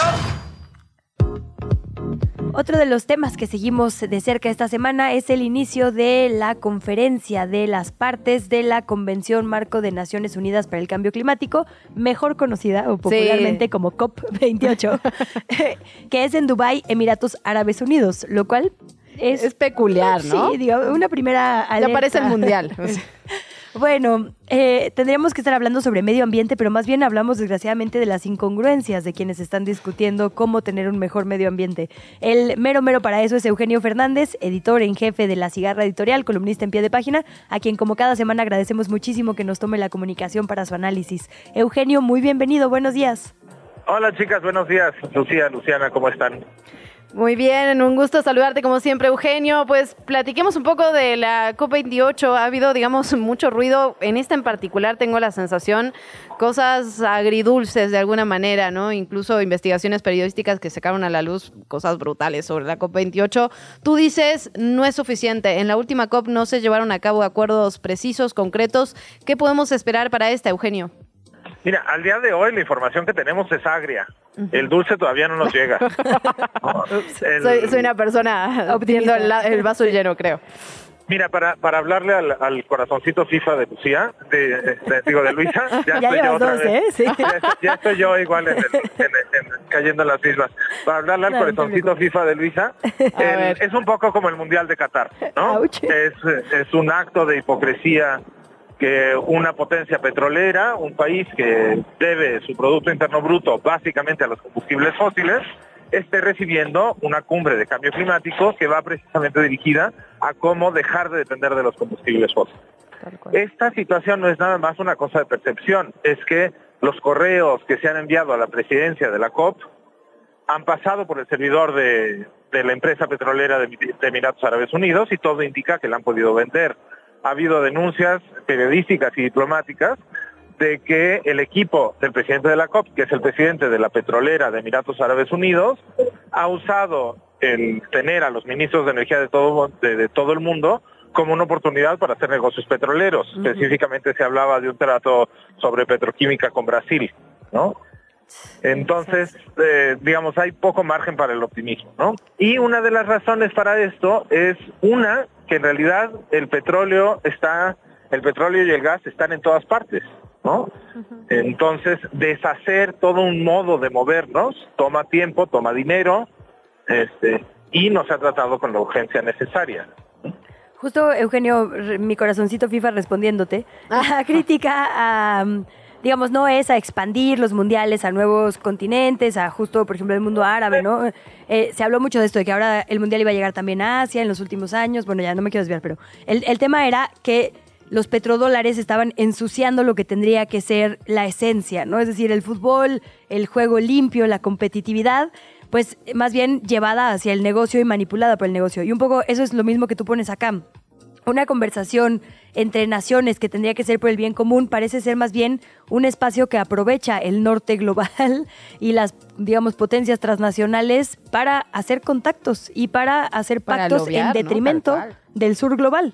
Otro de los temas que seguimos de cerca esta semana es el inicio de la conferencia de las partes de la Convención Marco de Naciones Unidas para el Cambio Climático, mejor conocida o popularmente sí. como COP veintiocho, que es en Dubái, Emiratos Árabes Unidos, lo cual es, es peculiar, ¿no? Sí, digo, una primera alerta. Ya parece el mundial. O sea. Bueno, eh, tendríamos que estar hablando sobre medio ambiente, pero más bien hablamos desgraciadamente de las incongruencias de quienes están discutiendo cómo tener un mejor medio ambiente. El mero mero para eso es Eugenio Fernández, editor en jefe de La Cigarra Editorial, columnista en pie de página, a quien como cada semana agradecemos muchísimo que nos tome la comunicación para su análisis. Eugenio, muy bienvenido, buenos días. Hola chicas, buenos días. Lucía, Luciana, ¿cómo están? Muy bien, un gusto saludarte como siempre, Eugenio. Pues platiquemos un poco de la COP veintiocho. Ha habido, digamos, mucho ruido. En esta en particular tengo la sensación, cosas agridulces de alguna manera, ¿no? Incluso investigaciones periodísticas que sacaron a la luz cosas brutales sobre la COP veintiocho. Tú dices, no es suficiente. En la última COP no se llevaron a cabo acuerdos precisos, concretos. ¿Qué podemos esperar para esta, Eugenio? Mira, al día de hoy la información que tenemos es agria. El dulce todavía no nos llega. No, el... soy, soy una persona obteniendo el, el vaso lleno, creo. Mira, para, para hablarle al, al corazoncito FIFA de Lucía, de, de, de, digo, de Luisa, ya, ya estoy yo otra dos, vez. ¿eh? Sí. Ya, ya estoy yo igual en el, en el, en, cayendo en las mismas. Para hablarle al no, corazoncito FIFA de Luisa, el, es un poco como el Mundial de Qatar, ¿no? Es, es un acto de hipocresía que una potencia petrolera, un país que debe su Producto Interno Bruto básicamente a los combustibles fósiles, esté recibiendo una cumbre de cambio climático que va precisamente dirigida a cómo dejar de depender de los combustibles fósiles. Esta situación no es nada más una cosa de percepción, es que los correos que se han enviado a la presidencia de la COP han pasado por el servidor de, de la empresa petrolera de, de Emiratos Árabes Unidos y todo indica que la han podido vender. Ha habido denuncias periodísticas y diplomáticas de que el equipo del presidente de la COP, que es el presidente de la petrolera de Emiratos Árabes Unidos, ha usado el tener a los ministros de energía de todo, de, de todo el mundo como una oportunidad para hacer negocios petroleros. Uh-huh. Específicamente se hablaba de un trato sobre petroquímica con Brasil, ¿no? Entonces, eh, digamos, hay poco margen para el optimismo, ¿no? Y una de las razones para esto es una, que en realidad el petróleo está, el petróleo y el gas están en todas partes, ¿no? Uh-huh. Entonces, deshacer todo un modo de movernos toma tiempo, toma dinero, este, y no se ha tratado con la urgencia necesaria. Justo, Eugenio, mi corazoncito FIFA respondiéndote, la crítica a, digamos, no es a expandir los mundiales a nuevos continentes, a justo, por ejemplo, el mundo árabe, ¿no? Eh, se habló mucho de esto, de que ahora el mundial iba a llegar también a Asia en los últimos años. Bueno, ya no me quiero desviar, pero el, el tema era que los petrodólares estaban ensuciando lo que tendría que ser la esencia, ¿no? Es decir, el fútbol, el juego limpio, la competitividad, pues más bien llevada hacia el negocio y manipulada por el negocio. Y un poco eso es lo mismo que tú pones acá. Una conversación entre naciones que tendría que ser por el bien común parece ser más bien un espacio que aprovecha el norte global y las, digamos, potencias transnacionales para hacer contactos y para hacer Para pactos lobear, en detrimento, ¿no? del sur global.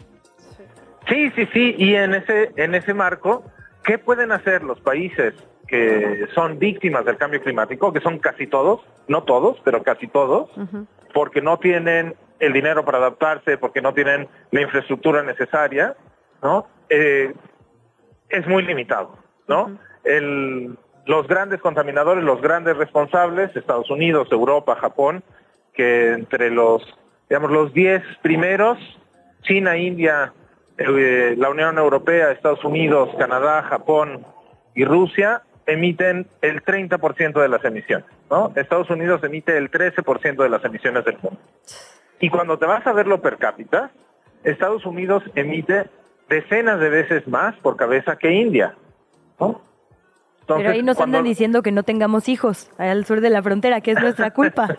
Sí, sí, sí, y en ese, en ese marco, ¿qué pueden hacer los países que son víctimas del cambio climático, que son casi todos, no todos, pero casi todos, uh-huh. porque no tienen el dinero para adaptarse, porque no tienen la infraestructura necesaria, ¿no? Eh, es muy limitado, ¿no? Uh-huh. El, los grandes contaminadores, los grandes responsables, Estados Unidos, Europa, Japón, que entre los, digamos, los diez primeros, China, India, eh, la Unión Europea, Estados Unidos, Canadá, Japón y Rusia, emiten el treinta por ciento de las emisiones, ¿no? Estados Unidos emite el trece por ciento de las emisiones del mundo. Y cuando te vas a verlo per cápita, Estados Unidos emite decenas de veces más por cabeza que India, ¿no? Entonces, pero ahí nos cuando... andan diciendo que no tengamos hijos al sur de la frontera, que es nuestra culpa.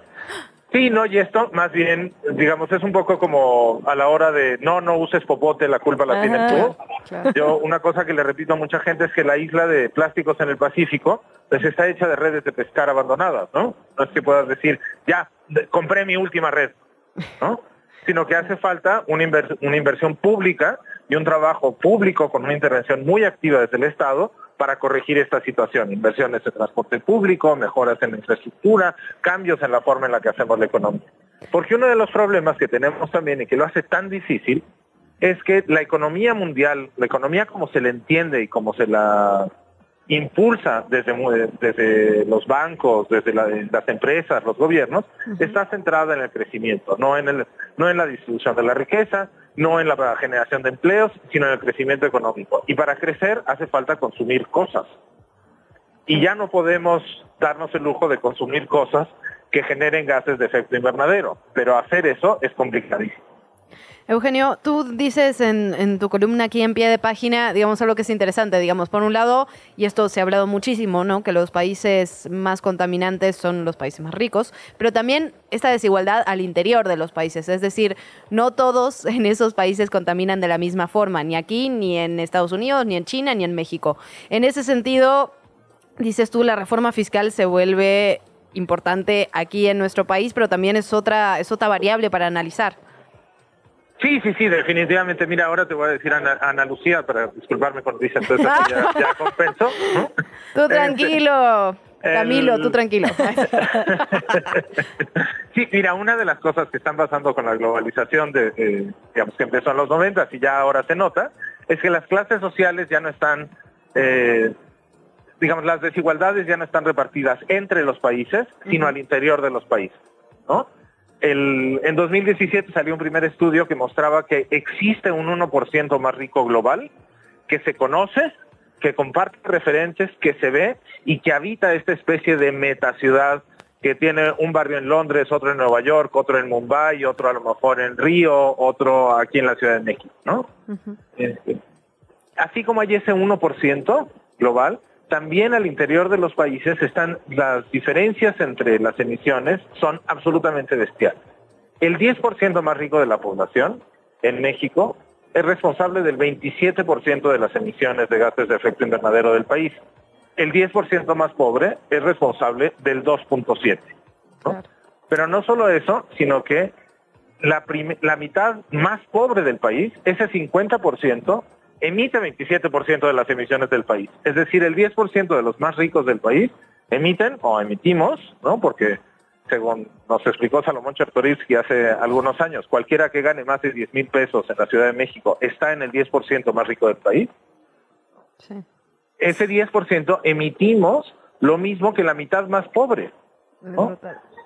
Sí, no, y esto más bien, digamos, es un poco como a la hora de no, no uses popote, la culpa la tienes tú. Claro. Yo, una cosa que le repito a mucha gente es que la isla de plásticos en el Pacífico, pues está hecha de redes de pescar abandonadas, ¿no? No es que puedas decir, ya, compré mi última red, ¿no? Sino que hace falta una, invers- una inversión pública y un trabajo público con una intervención muy activa desde el Estado para corregir esta situación. Inversiones en transporte público, mejoras en la infraestructura, cambios en la forma en la que hacemos la economía. Porque uno de los problemas que tenemos también y que lo hace tan difícil es que la economía mundial, la economía como se le entiende y como se la impulsa desde, desde los bancos, desde la, las empresas, los gobiernos, uh-huh. está centrada en el crecimiento, no en, el, no en la distribución de la riqueza, no en la generación de empleos, sino en el crecimiento económico. Y para crecer hace falta consumir cosas. Y ya no podemos darnos el lujo de consumir cosas que generen gases de efecto invernadero, pero hacer eso es complicadísimo. Eugenio, tú dices en, en tu columna aquí en pie de página, digamos, algo que es interesante, digamos, por un lado, y esto se ha hablado muchísimo, ¿no?, que los países más contaminantes son los países más ricos, pero también esta desigualdad al interior de los países, es decir, no todos en esos países contaminan de la misma forma, ni aquí, ni en Estados Unidos, ni en China, ni en México. En ese sentido, dices tú, la reforma fiscal se vuelve importante aquí en nuestro país, pero también es otra, es otra variable para analizar. Sí, sí, sí, definitivamente. Mira, ahora te voy a decir a Ana, Ana Lucía, para disculparme con Luisa, entonces ya, ya compenso, ¿no? Tú tranquilo, este, Camilo, el... tú tranquilo. Sí, mira, una de las cosas que están pasando con la globalización, de, eh, digamos que empezó en los noventas y ya ahora se nota, es que las clases sociales ya no están, eh, digamos, las desigualdades ya no están repartidas entre los países, sino uh-huh. al interior de los países, ¿no? El, en dos mil diecisiete salió un primer estudio que mostraba que existe un uno por ciento más rico global, que se conoce, que comparte referencias, que se ve y que habita esta especie de metaciudad que tiene un barrio en Londres, otro en Nueva York, otro en Mumbai, otro a lo mejor en Río, otro aquí en la Ciudad de México, ¿no? Uh-huh. Este, así como hay ese uno por ciento global, también al interior de los países están las diferencias entre las emisiones, son absolutamente bestiales. El diez por ciento más rico de la población, en México, es responsable del veintisiete por ciento de las emisiones de gases de efecto invernadero del país. El diez por ciento más pobre es responsable del dos punto siete por ciento, ¿no? Claro. Pero no solo eso, sino que la, prim- la mitad más pobre del país, ese cincuenta por ciento, emite veintisiete por ciento de las emisiones del país. Es decir, el diez por ciento de los más ricos del país emiten o emitimos, ¿no? Porque según nos explicó Salomón Chertorivsky hace algunos años, cualquiera que gane más de diez mil pesos en la Ciudad de México está en el diez por ciento más rico del país. Sí. Ese diez por ciento emitimos lo mismo que la mitad más pobre, ¿no?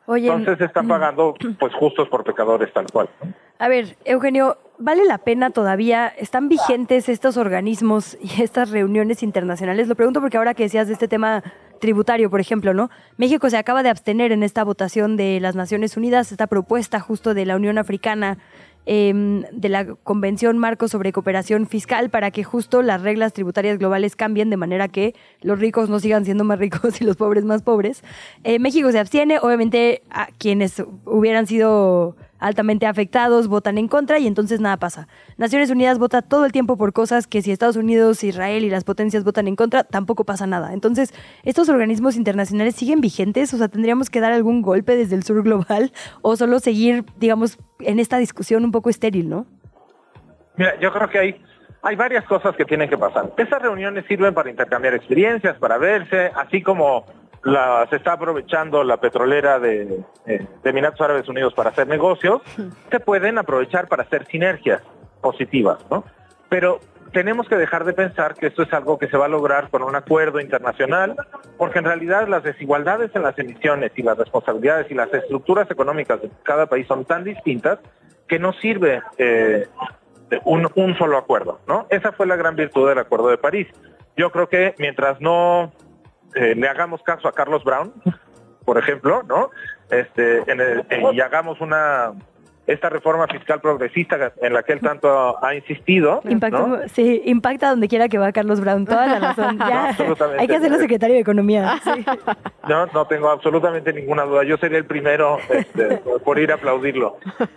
Oye, Entonces se están pagando pues justos por pecadores tal cual. A ver, Eugenio, ¿vale la pena todavía? ¿Están vigentes estos organismos y estas reuniones internacionales? Lo pregunto porque ahora que decías de este tema tributario, por ejemplo, ¿no? México se acaba de abstener en esta votación de las Naciones Unidas, esta propuesta justo de la Unión Africana, eh, de la Convención Marco sobre Cooperación Fiscal, para que justo las reglas tributarias globales cambien de manera que los ricos no sigan siendo más ricos y los pobres más pobres. Eh, México se abstiene, obviamente a quienes hubieran sido altamente afectados votan en contra y entonces nada pasa. Naciones Unidas vota todo el tiempo por cosas que si Estados Unidos, Israel y las potencias votan en contra, tampoco pasa nada. Entonces, ¿estos organismos internacionales siguen vigentes? O sea, ¿tendríamos que dar algún golpe desde el sur global o solo seguir, digamos, en esta discusión un poco estéril, ¿no? Mira, yo creo que hay, hay varias cosas que tienen que pasar. Estas reuniones sirven para intercambiar experiencias, para verse, así como la, se está aprovechando la petrolera de, eh, de Emiratos Árabes Unidos para hacer negocios, se pueden aprovechar para hacer sinergias positivas, ¿no? Pero tenemos que dejar de pensar que esto es algo que se va a lograr con un acuerdo internacional, porque en realidad las desigualdades en las emisiones y las responsabilidades y las estructuras económicas de cada país son tan distintas que no sirve eh, un, un solo acuerdo, ¿no? Esa fue la gran virtud del Acuerdo de París. Yo creo que mientras no eh, le hagamos caso a Carlos Brown, por ejemplo, ¿no? Este, en el, eh, y hagamos una esta reforma fiscal progresista en la que él tanto ha insistido, Impacto, ¿no? Sí, impacta donde quiera que va Carlos Brown, toda la razón. Ya, No, absolutamente. hay que hacerlo secretario de Economía. Sí. No, no tengo absolutamente ninguna duda. Yo sería el primero este, por ir a aplaudirlo.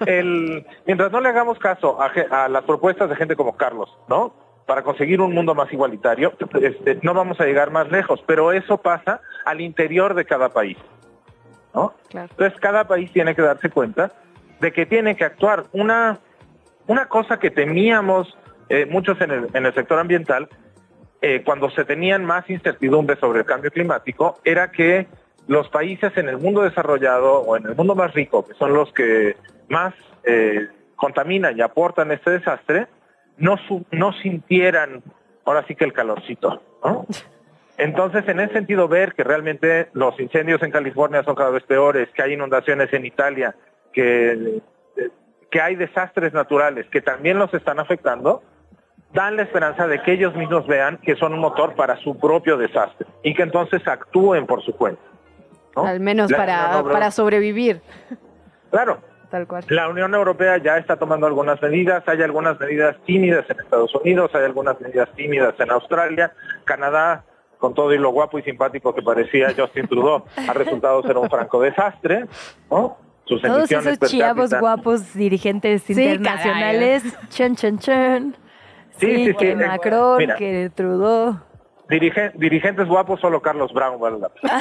El, mientras no le hagamos caso a, a las propuestas de gente como Carlos, ¿no? Para conseguir un mundo más igualitario, este, no vamos a llegar más lejos. Pero eso pasa al interior de cada país, ¿no? Claro. Entonces cada país tiene que darse cuenta de que tiene que actuar. Una, una cosa que temíamos eh, muchos en el, en el sector ambiental, eh, cuando se tenían más incertidumbre sobre el cambio climático, era que los países en el mundo desarrollado o en el mundo más rico, que son los que más eh, contaminan y aportan este desastre, no, su, no sintieran ahora sí que el calorcito, ¿no? Entonces, en ese sentido, ver que realmente los incendios en California son cada vez peores, que hay inundaciones en Italia, que, que hay desastres naturales que también los están afectando, dan la esperanza de que ellos mismos vean que son un motor para su propio desastre y que entonces actúen por su cuenta, ¿no? Al menos La para, Unión para sobrevivir. Claro. Tal cual. La Unión Europea ya está tomando algunas medidas, hay algunas medidas tímidas en Estados Unidos, hay algunas medidas tímidas en Australia, Canadá, con todo y lo guapo y simpático que parecía Justin Trudeau, ha resultado ser un franco desastre, ¿no? Sus Todos esos per chiavos cápita. guapos dirigentes Sí, internacionales, chen, chen, chen. Sí, Sí, sí, que sí. Macron, Mira. que Trudeau. Dirige- dirigentes guapos, solo Carlos Brown vale la pena.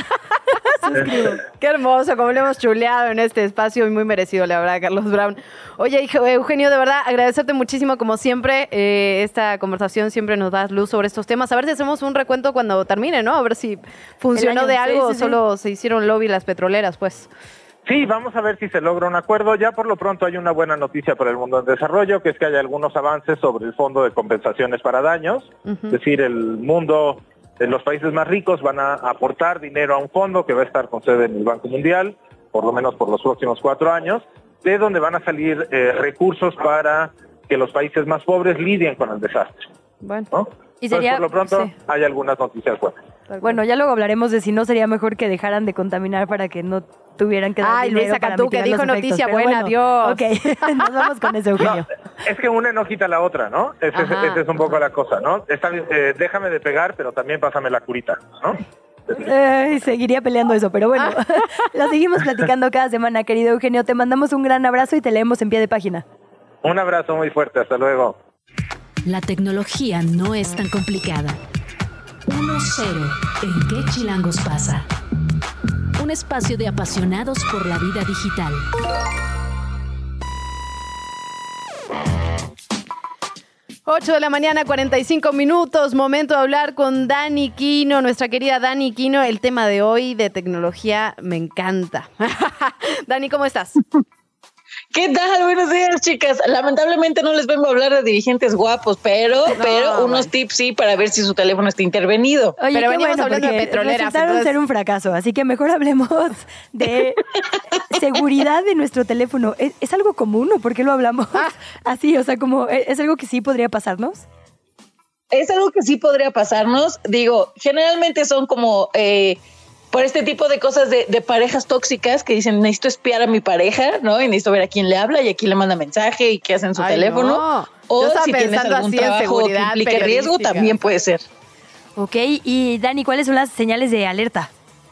Qué hermoso, como lo hemos chuleado en este espacio y muy merecido, la verdad, Carlos Brown. Oye, hijo, Eugenio, de verdad, agradecerte muchísimo, como siempre, eh, esta conversación siempre nos da luz sobre estos temas. A ver si hacemos un recuento cuando termine, ¿no? A ver si funcionó año, de sí, algo sí, o sí. solo se hicieron lobby las petroleras, pues. Sí, vamos a ver si se logra un acuerdo. Ya por lo pronto hay una buena noticia para el mundo en desarrollo, que es que hay algunos avances sobre el Fondo de Compensaciones para Daños. Ujú. Es decir, el mundo, eh, los países más ricos van a aportar dinero a un fondo que va a estar con sede en el Banco Mundial, por lo menos por los próximos cuatro años, de donde van a salir eh, recursos para que los países más pobres lidien con el desastre, Bueno. ¿no? Y Entonces, sería- por lo pronto, sí. hay algunas noticias buenas. Bueno, ya luego hablaremos de si no sería mejor que dejaran de contaminar para que no tuvieran que dar Ay, dinero Luisa para Cantú, que mitigar dijo los efectos. noticia Pero buena, Dios. Ok, nos vamos con eso, Eugenio. Es que una no quita la otra, ¿no? Esa es, Ajá. esa es un poco la cosa, ¿no? Está bien, eh, déjame de pegar, pero también pásame la curita, ¿no? Ay, seguiría peleando eso, pero bueno, lo seguimos platicando cada semana, querido Eugenio. Te mandamos un gran abrazo y te leemos en pie de página. Un abrazo muy fuerte, hasta luego. La tecnología no es tan complicada. uno cero ¿En qué chilangos pasa? Un espacio de apasionados por la vida digital. ocho de la mañana, cuarenta y cinco minutos. Momento de hablar con Dani Quino, nuestra querida Dani Quino. El tema de hoy de tecnología me encanta. Dani, ¿cómo estás? ¿Qué tal? Buenos días, chicas. Lamentablemente no les vengo a hablar de dirigentes guapos, pero, pero unos tips sí para ver si su teléfono está intervenido. Oye, Pero qué venimos bueno, hablando de porque petroleras, resultaron entonces- ser un fracaso, así que mejor hablemos de seguridad de nuestro teléfono, ¿es, es algo común o por qué lo hablamos ah. así? O sea, como ¿es algo que sí podría pasarnos? Es algo que sí podría pasarnos. Digo, generalmente son como... Eh, por este tipo de cosas de, de parejas tóxicas que dicen, necesito espiar a mi pareja, ¿no? Y necesito ver a quién le habla y a quién le manda mensaje y qué hace en su Ay, teléfono. No. O si tienes algún trabajo que implique riesgo, también puede ser. Ok, y Dani, ¿cuáles son las señales de alerta?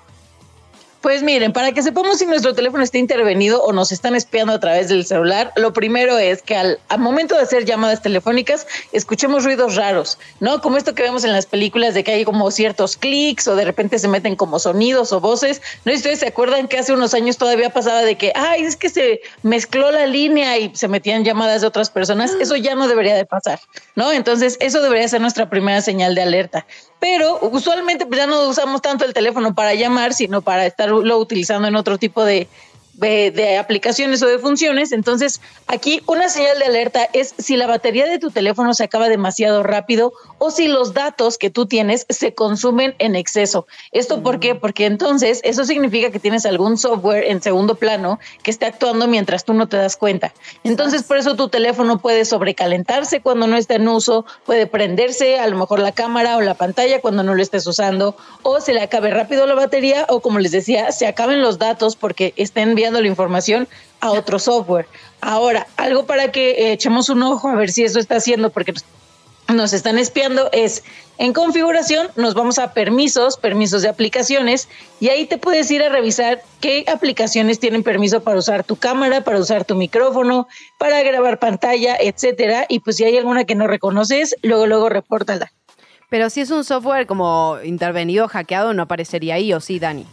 Pues miren, para que sepamos si nuestro teléfono está intervenido o nos están espiando a través del celular, lo primero es que al, al momento de hacer llamadas telefónicas escuchemos ruidos raros, ¿no? Como esto que vemos en las películas de que hay como ciertos clics o de repente se meten como sonidos o voces. No sé si ustedes se acuerdan que hace unos años todavía pasaba de que, ay, es que se mezcló la línea y se metían llamadas de otras personas. Eso ya no debería de pasar, ¿no? Entonces eso debería ser nuestra primera señal de alerta. Pero usualmente pues ya no usamos tanto el teléfono para llamar, sino para estarlo utilizando en otro tipo de, de, de aplicaciones o de funciones. Entonces, aquí una señal de alerta es si la batería de tu teléfono se acaba demasiado rápido o si los datos que tú tienes se consumen en exceso. ¿Esto por qué? Porque entonces eso significa que tienes algún software en segundo plano que esté actuando mientras tú no te das cuenta. Entonces, por eso tu teléfono puede sobrecalentarse cuando no está en uso, puede prenderse a lo mejor la cámara o la pantalla cuando no lo estés usando, o se le acabe rápido la batería, o como les decía, se acaben los datos porque estén enviando la información a otro software. Ahora, algo para que eh, echemos un ojo a ver si eso está haciendo, porque nos están espiando, es en configuración, nos vamos a permisos, permisos de aplicaciones, y ahí te puedes ir a revisar qué aplicaciones tienen permiso para usar tu cámara, para usar tu micrófono, para grabar pantalla, etcétera. Y pues si hay alguna que no reconoces, luego, luego repórtala. Pero si es un software como intervenido, hackeado, no aparecería ahí, ¿o sí, Dani?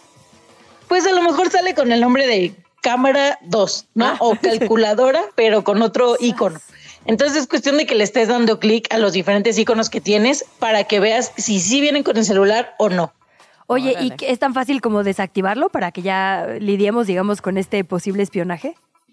Pues a lo mejor sale con el nombre de cámara dos, ¿no? Ah. O calculadora, pero con otro icono. Entonces es cuestión de que le estés dando clic a los diferentes iconos que tienes para que veas si sí vienen con el celular o no. Oye, Órale. ¿Y es tan fácil como desactivarlo para que ya lidiemos, digamos, con este posible espionaje?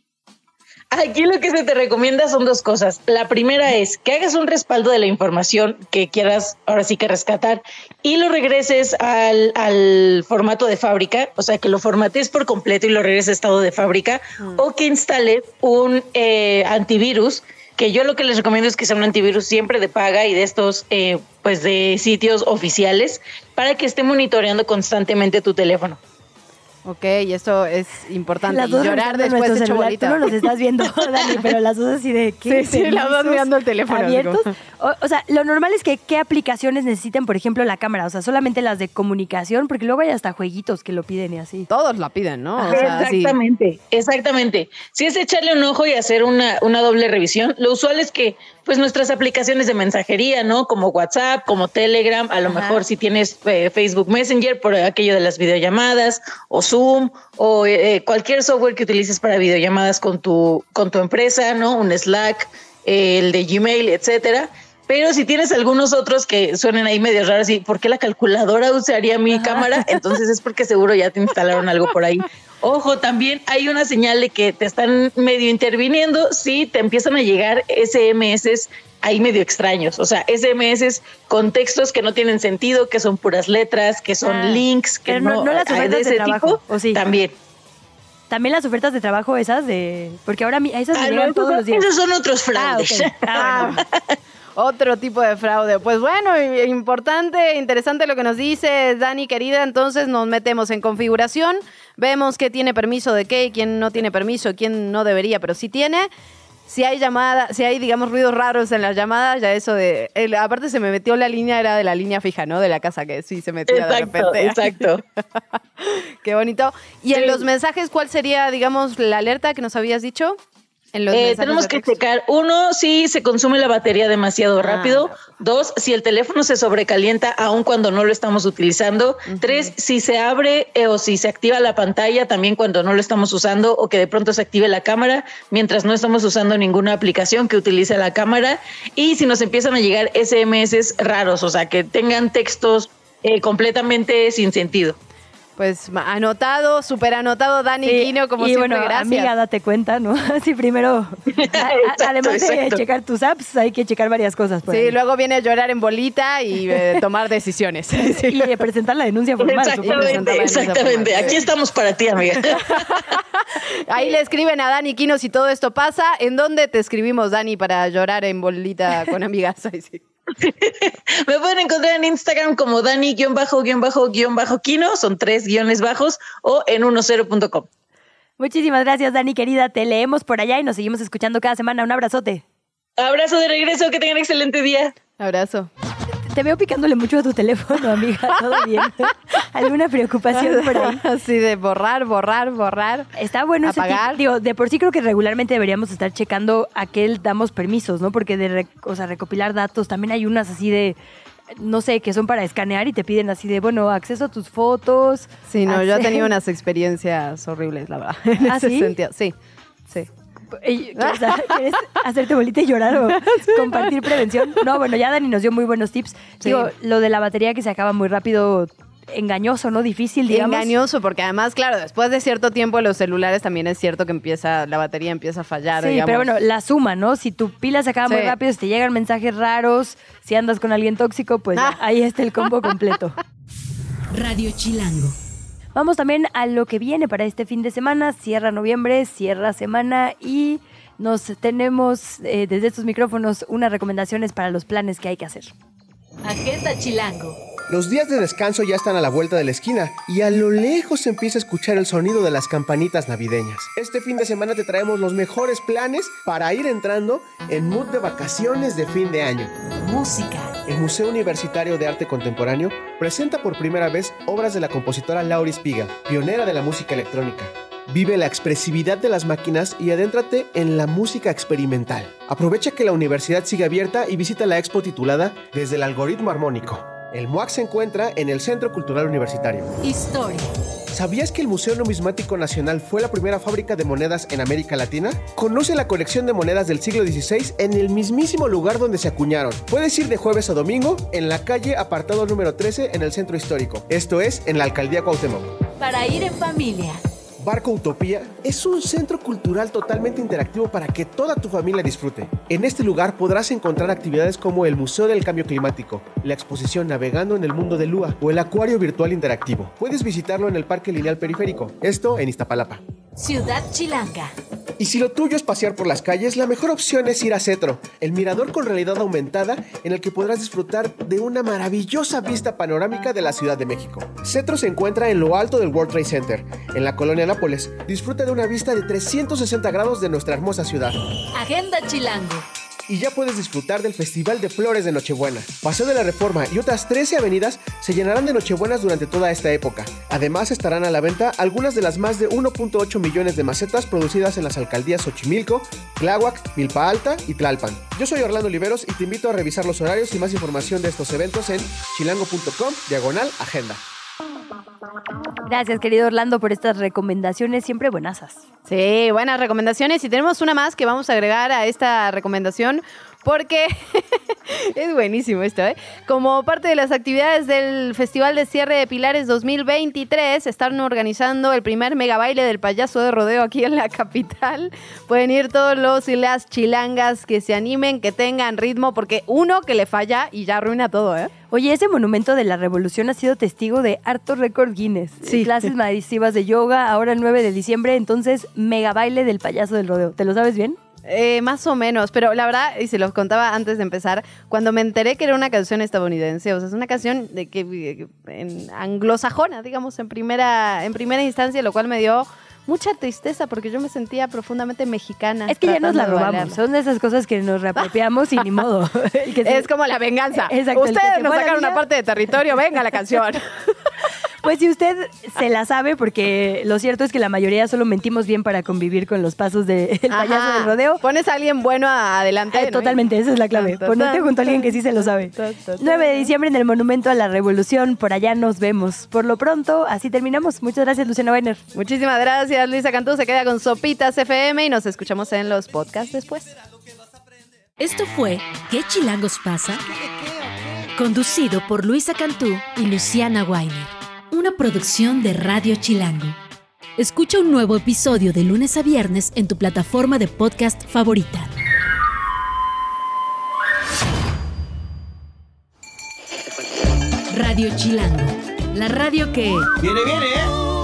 Aquí lo que se te recomienda son dos cosas. La primera es que hagas un respaldo de la información que quieras ahora sí que rescatar y lo regreses al, al formato de fábrica, o sea, que lo formatees por completo y lo regreses a estado de fábrica, mm. o que instales un eh, antivirus, que yo lo que les recomiendo es que sea un antivirus siempre de paga y de estos, eh, pues de sitios oficiales para que esté monitoreando constantemente tu teléfono. Ok, y eso es importante. Las dos y llorar después de hecho bolita. Tú no los estás viendo, Dani, pero las dos así de... ¿qué sí, sí, las dos mirando el teléfono. Abiertos. O, o sea, lo normal es que ¿qué aplicaciones necesiten, por ejemplo, la cámara? O sea, solamente las de comunicación, porque luego hay hasta jueguitos que lo piden y así. Todos la piden, ¿no? O sea, exactamente, sí. exactamente. Si es echarle un ojo y hacer una, una doble revisión, lo usual es que pues nuestras aplicaciones de mensajería, ¿no? Como WhatsApp, como Telegram, a lo Ajá. mejor si tienes eh, Facebook Messenger por aquello de las videollamadas, o Zoom, o eh, cualquier software que utilices para videollamadas con tu, con tu empresa, ¿no? Un Slack, eh, el de Gmail, etcétera. Pero si tienes algunos otros que suenen ahí medio raros y ¿por qué la calculadora usaría mi Ajá. cámara? Entonces es porque seguro ya te instalaron algo por ahí. Ojo, también hay una señal de que te están medio interviniendo si te empiezan a llegar ese eme eses ahí medio extraños. O sea, ese eme eses con textos que no tienen sentido, que son puras letras, que son ah, links, que no, no, no las ofertas de, ese de trabajo, tipo, ¿o sí? También. También las ofertas de trabajo esas de... Porque ahora a esas me ah, llegan no, todos no, los días. Esos son otros fraudes. Ah, okay. ah, bueno. Otro tipo de fraude. Pues bueno, importante, interesante lo que nos dice Dani, querida. Entonces nos metemos en configuración, vemos qué tiene permiso de qué, quién no tiene permiso, quién no debería, pero sí tiene. Si hay llamada, si hay, digamos, ruidos raros en las llamadas, ya eso de... El, aparte se me metió la línea, era de la línea fija, ¿no? De la casa, que sí se metía exacto, de repente. Exacto, Qué bonito. Y sí. En los mensajes, ¿cuál sería, digamos, la alerta que nos habías dicho? Eh, tenemos que checar, uno, si se consume la batería demasiado rápido. Ah, no. Dos, si el teléfono se sobrecalienta aun cuando no lo estamos utilizando. Uh-huh. Tres, si se abre eh, o si se activa la pantalla también cuando no lo estamos usando, o que de pronto se active la cámara mientras no estamos usando ninguna aplicación que utilice la cámara. Y si nos empiezan a llegar ese eme eses raros, o sea, que tengan textos eh, completamente sin sentido. Pues anotado, súper anotado, Dani Sí, Quino, como y siempre, bueno, gracias. amiga, date cuenta, ¿no? Así primero, a- además de exacto. checar tus apps, hay que checar varias cosas. Por Sí, ahí. luego viene a llorar en bolita y eh, tomar decisiones. Sí. Y de presentar la denuncia formal. Exactamente, exactamente. Aquí estamos para ti, amiga. Ahí le escriben a Dani Quino si todo esto pasa. ¿En dónde te escribimos, Dani, para llorar en bolita con amigas? Ay, sí. Me pueden encontrar en Instagram como Dani-Quino, son tres guiones bajos, o en uno cero punto com. Muchísimas gracias, Dani, querida. Te leemos por allá y nos seguimos escuchando cada semana. Un abrazote. Abrazo de regreso, que tengan excelente día. Abrazo. Te veo picándole mucho a tu teléfono, amiga. ¿Todo bien? ¿Alguna preocupación por ahí? Así de borrar, borrar, borrar. Está bueno ese apagar. tip. Digo, de por sí creo que regularmente deberíamos estar checando a qué damos permisos, ¿no? Porque de re- o sea, recopilar datos, también hay unas así de, no sé, que son para escanear y te piden así de, bueno, acceso a tus fotos. Sí, no, yo he acce- tenido unas experiencias horribles, la verdad. En ¿Ah, ese sí? sentido. Sí, sí. Ey, ¿quieres, ¿Quieres hacerte bolita y llorar o compartir prevención? No, bueno, ya Dani nos dio muy buenos tips. Sí. Digo, lo de la batería que se acaba muy rápido, engañoso, ¿no? Difícil, digamos. Engañoso, porque además, claro, después de cierto tiempo los celulares también es cierto que empieza, la batería empieza a fallar, Sí, digamos. pero bueno, la suma, ¿no? Si tu pila se acaba muy Sí. rápido, si te llegan mensajes raros, si andas con alguien tóxico, pues ya, ahí está el combo completo. Radio Chilango. Vamos también a lo que viene para este fin de semana. Cierra noviembre, cierra semana y nos tenemos eh, desde estos micrófonos unas recomendaciones para los planes que hay que hacer. Agenda Chilango. Los días de descanso ya están a la vuelta de la esquina y a lo lejos se empieza a escuchar el sonido de las campanitas navideñas. Este fin de semana te traemos los mejores planes para ir entrando en mood de vacaciones de fin de año. Música. El Museo Universitario de Arte Contemporáneo presenta por primera vez obras de la compositora Laurie Spiegel, pionera de la música electrónica. Vive la expresividad de las máquinas y adéntrate en la música experimental. Aprovecha que la universidad sigue abierta y visita la expo titulada Desde el algoritmo armónico. El M U A C se encuentra en el Centro Cultural Universitario. Historia. ¿Sabías que el Museo Numismático Nacional fue la primera fábrica de monedas en América Latina? Conoce la colección de monedas del siglo dieciséis en el mismísimo lugar donde se acuñaron. Puedes ir de jueves a domingo en la calle apartado número trece en el Centro Histórico. Esto es en la Alcaldía Cuauhtémoc. Para ir en familia. Barco Utopía es un centro cultural totalmente interactivo para que toda tu familia disfrute. En este lugar podrás encontrar actividades como el Museo del Cambio Climático, la exposición Navegando en el Mundo de Lua o el Acuario Virtual Interactivo. Puedes visitarlo en el Parque Lineal Periférico, esto en Iztapalapa. Ciudad Chilanga. Y si lo tuyo es pasear por las calles, la mejor opción es ir a Cetro, el mirador con realidad aumentada en el que podrás disfrutar de una maravillosa vista panorámica de la Ciudad de México. Cetro se encuentra en lo alto del World Trade Center, en la colonia Nápoles. Disfruta de una vista de trescientos sesenta grados de nuestra hermosa ciudad. Agenda Chilango. Y ya puedes disfrutar del Festival de Flores de Nochebuena. Paseo de la Reforma y otras trece avenidas se llenarán de Nochebuenas durante toda esta época. Además estarán a la venta algunas de las más de uno punto ocho millones de macetas producidas en las alcaldías Xochimilco, Tláhuac, Milpa Alta y Tlalpan. Yo soy Orlando Oliveros y te invito a revisar los horarios y más información de estos eventos en chilango punto com diagonal agenda. Gracias, querido Orlando, por estas recomendaciones siempre buenasas. Sí, buenas recomendaciones. Y tenemos una más que vamos a agregar a esta recomendación porque es buenísimo esto, ¿eh? Como parte de las actividades del Festival de Cierre de Pilares dos mil veintitrés, están organizando el primer mega baile del payaso de rodeo aquí en la capital. Pueden ir todos los y las chilangas que se animen, que tengan ritmo, porque uno que le falla y ya arruina todo, ¿eh? Oye, ese monumento de la revolución ha sido testigo de harto récord Guinness. Sí. Clases masivas de yoga, ahora el nueve de diciembre, entonces mega baile del payaso del rodeo. ¿Te lo sabes bien? Eh, más o menos, pero la verdad, y se los contaba antes de empezar, cuando me enteré que era una canción estadounidense, o sea, es una canción de que en anglosajona, digamos, en primera, en primera instancia, lo cual me dio mucha tristeza porque yo me sentía profundamente mexicana. Es que ya nos la tratando de robamos. bailarla. Son de esas cosas que nos reapropiamos y ni modo. El que se- Es como la venganza. Exacto, el que Ustedes se nos fue a la sacaron una villa. parte de territorio, venga la canción. Pues si usted se la sabe, porque lo cierto es que la mayoría solo mentimos bien para convivir con los pasos del payaso Ajá. del rodeo. Pones a alguien bueno a- adelante. Eh, ¿no? totalmente, esa es la clave. Tan, Ponerte tan, junto a alguien que sí se lo sabe. tan, tan, tan. nueve de diciembre en el Monumento a la Revolución. Por allá nos vemos. Por lo pronto, así terminamos. Muchas gracias, Luciana Weiner. Muchísimas gracias, Luisa Cantú. Se queda con Sopitas F M y nos escuchamos en los podcasts después. Esto fue ¿Qué chilangos pasa? Conducido por Luisa Cantú y Luciana Weiner. una producción de Radio Chilango. Escucha un nuevo episodio de lunes a viernes en tu plataforma de podcast favorita. Radio Chilango, la radio que... ¡Viene, viene!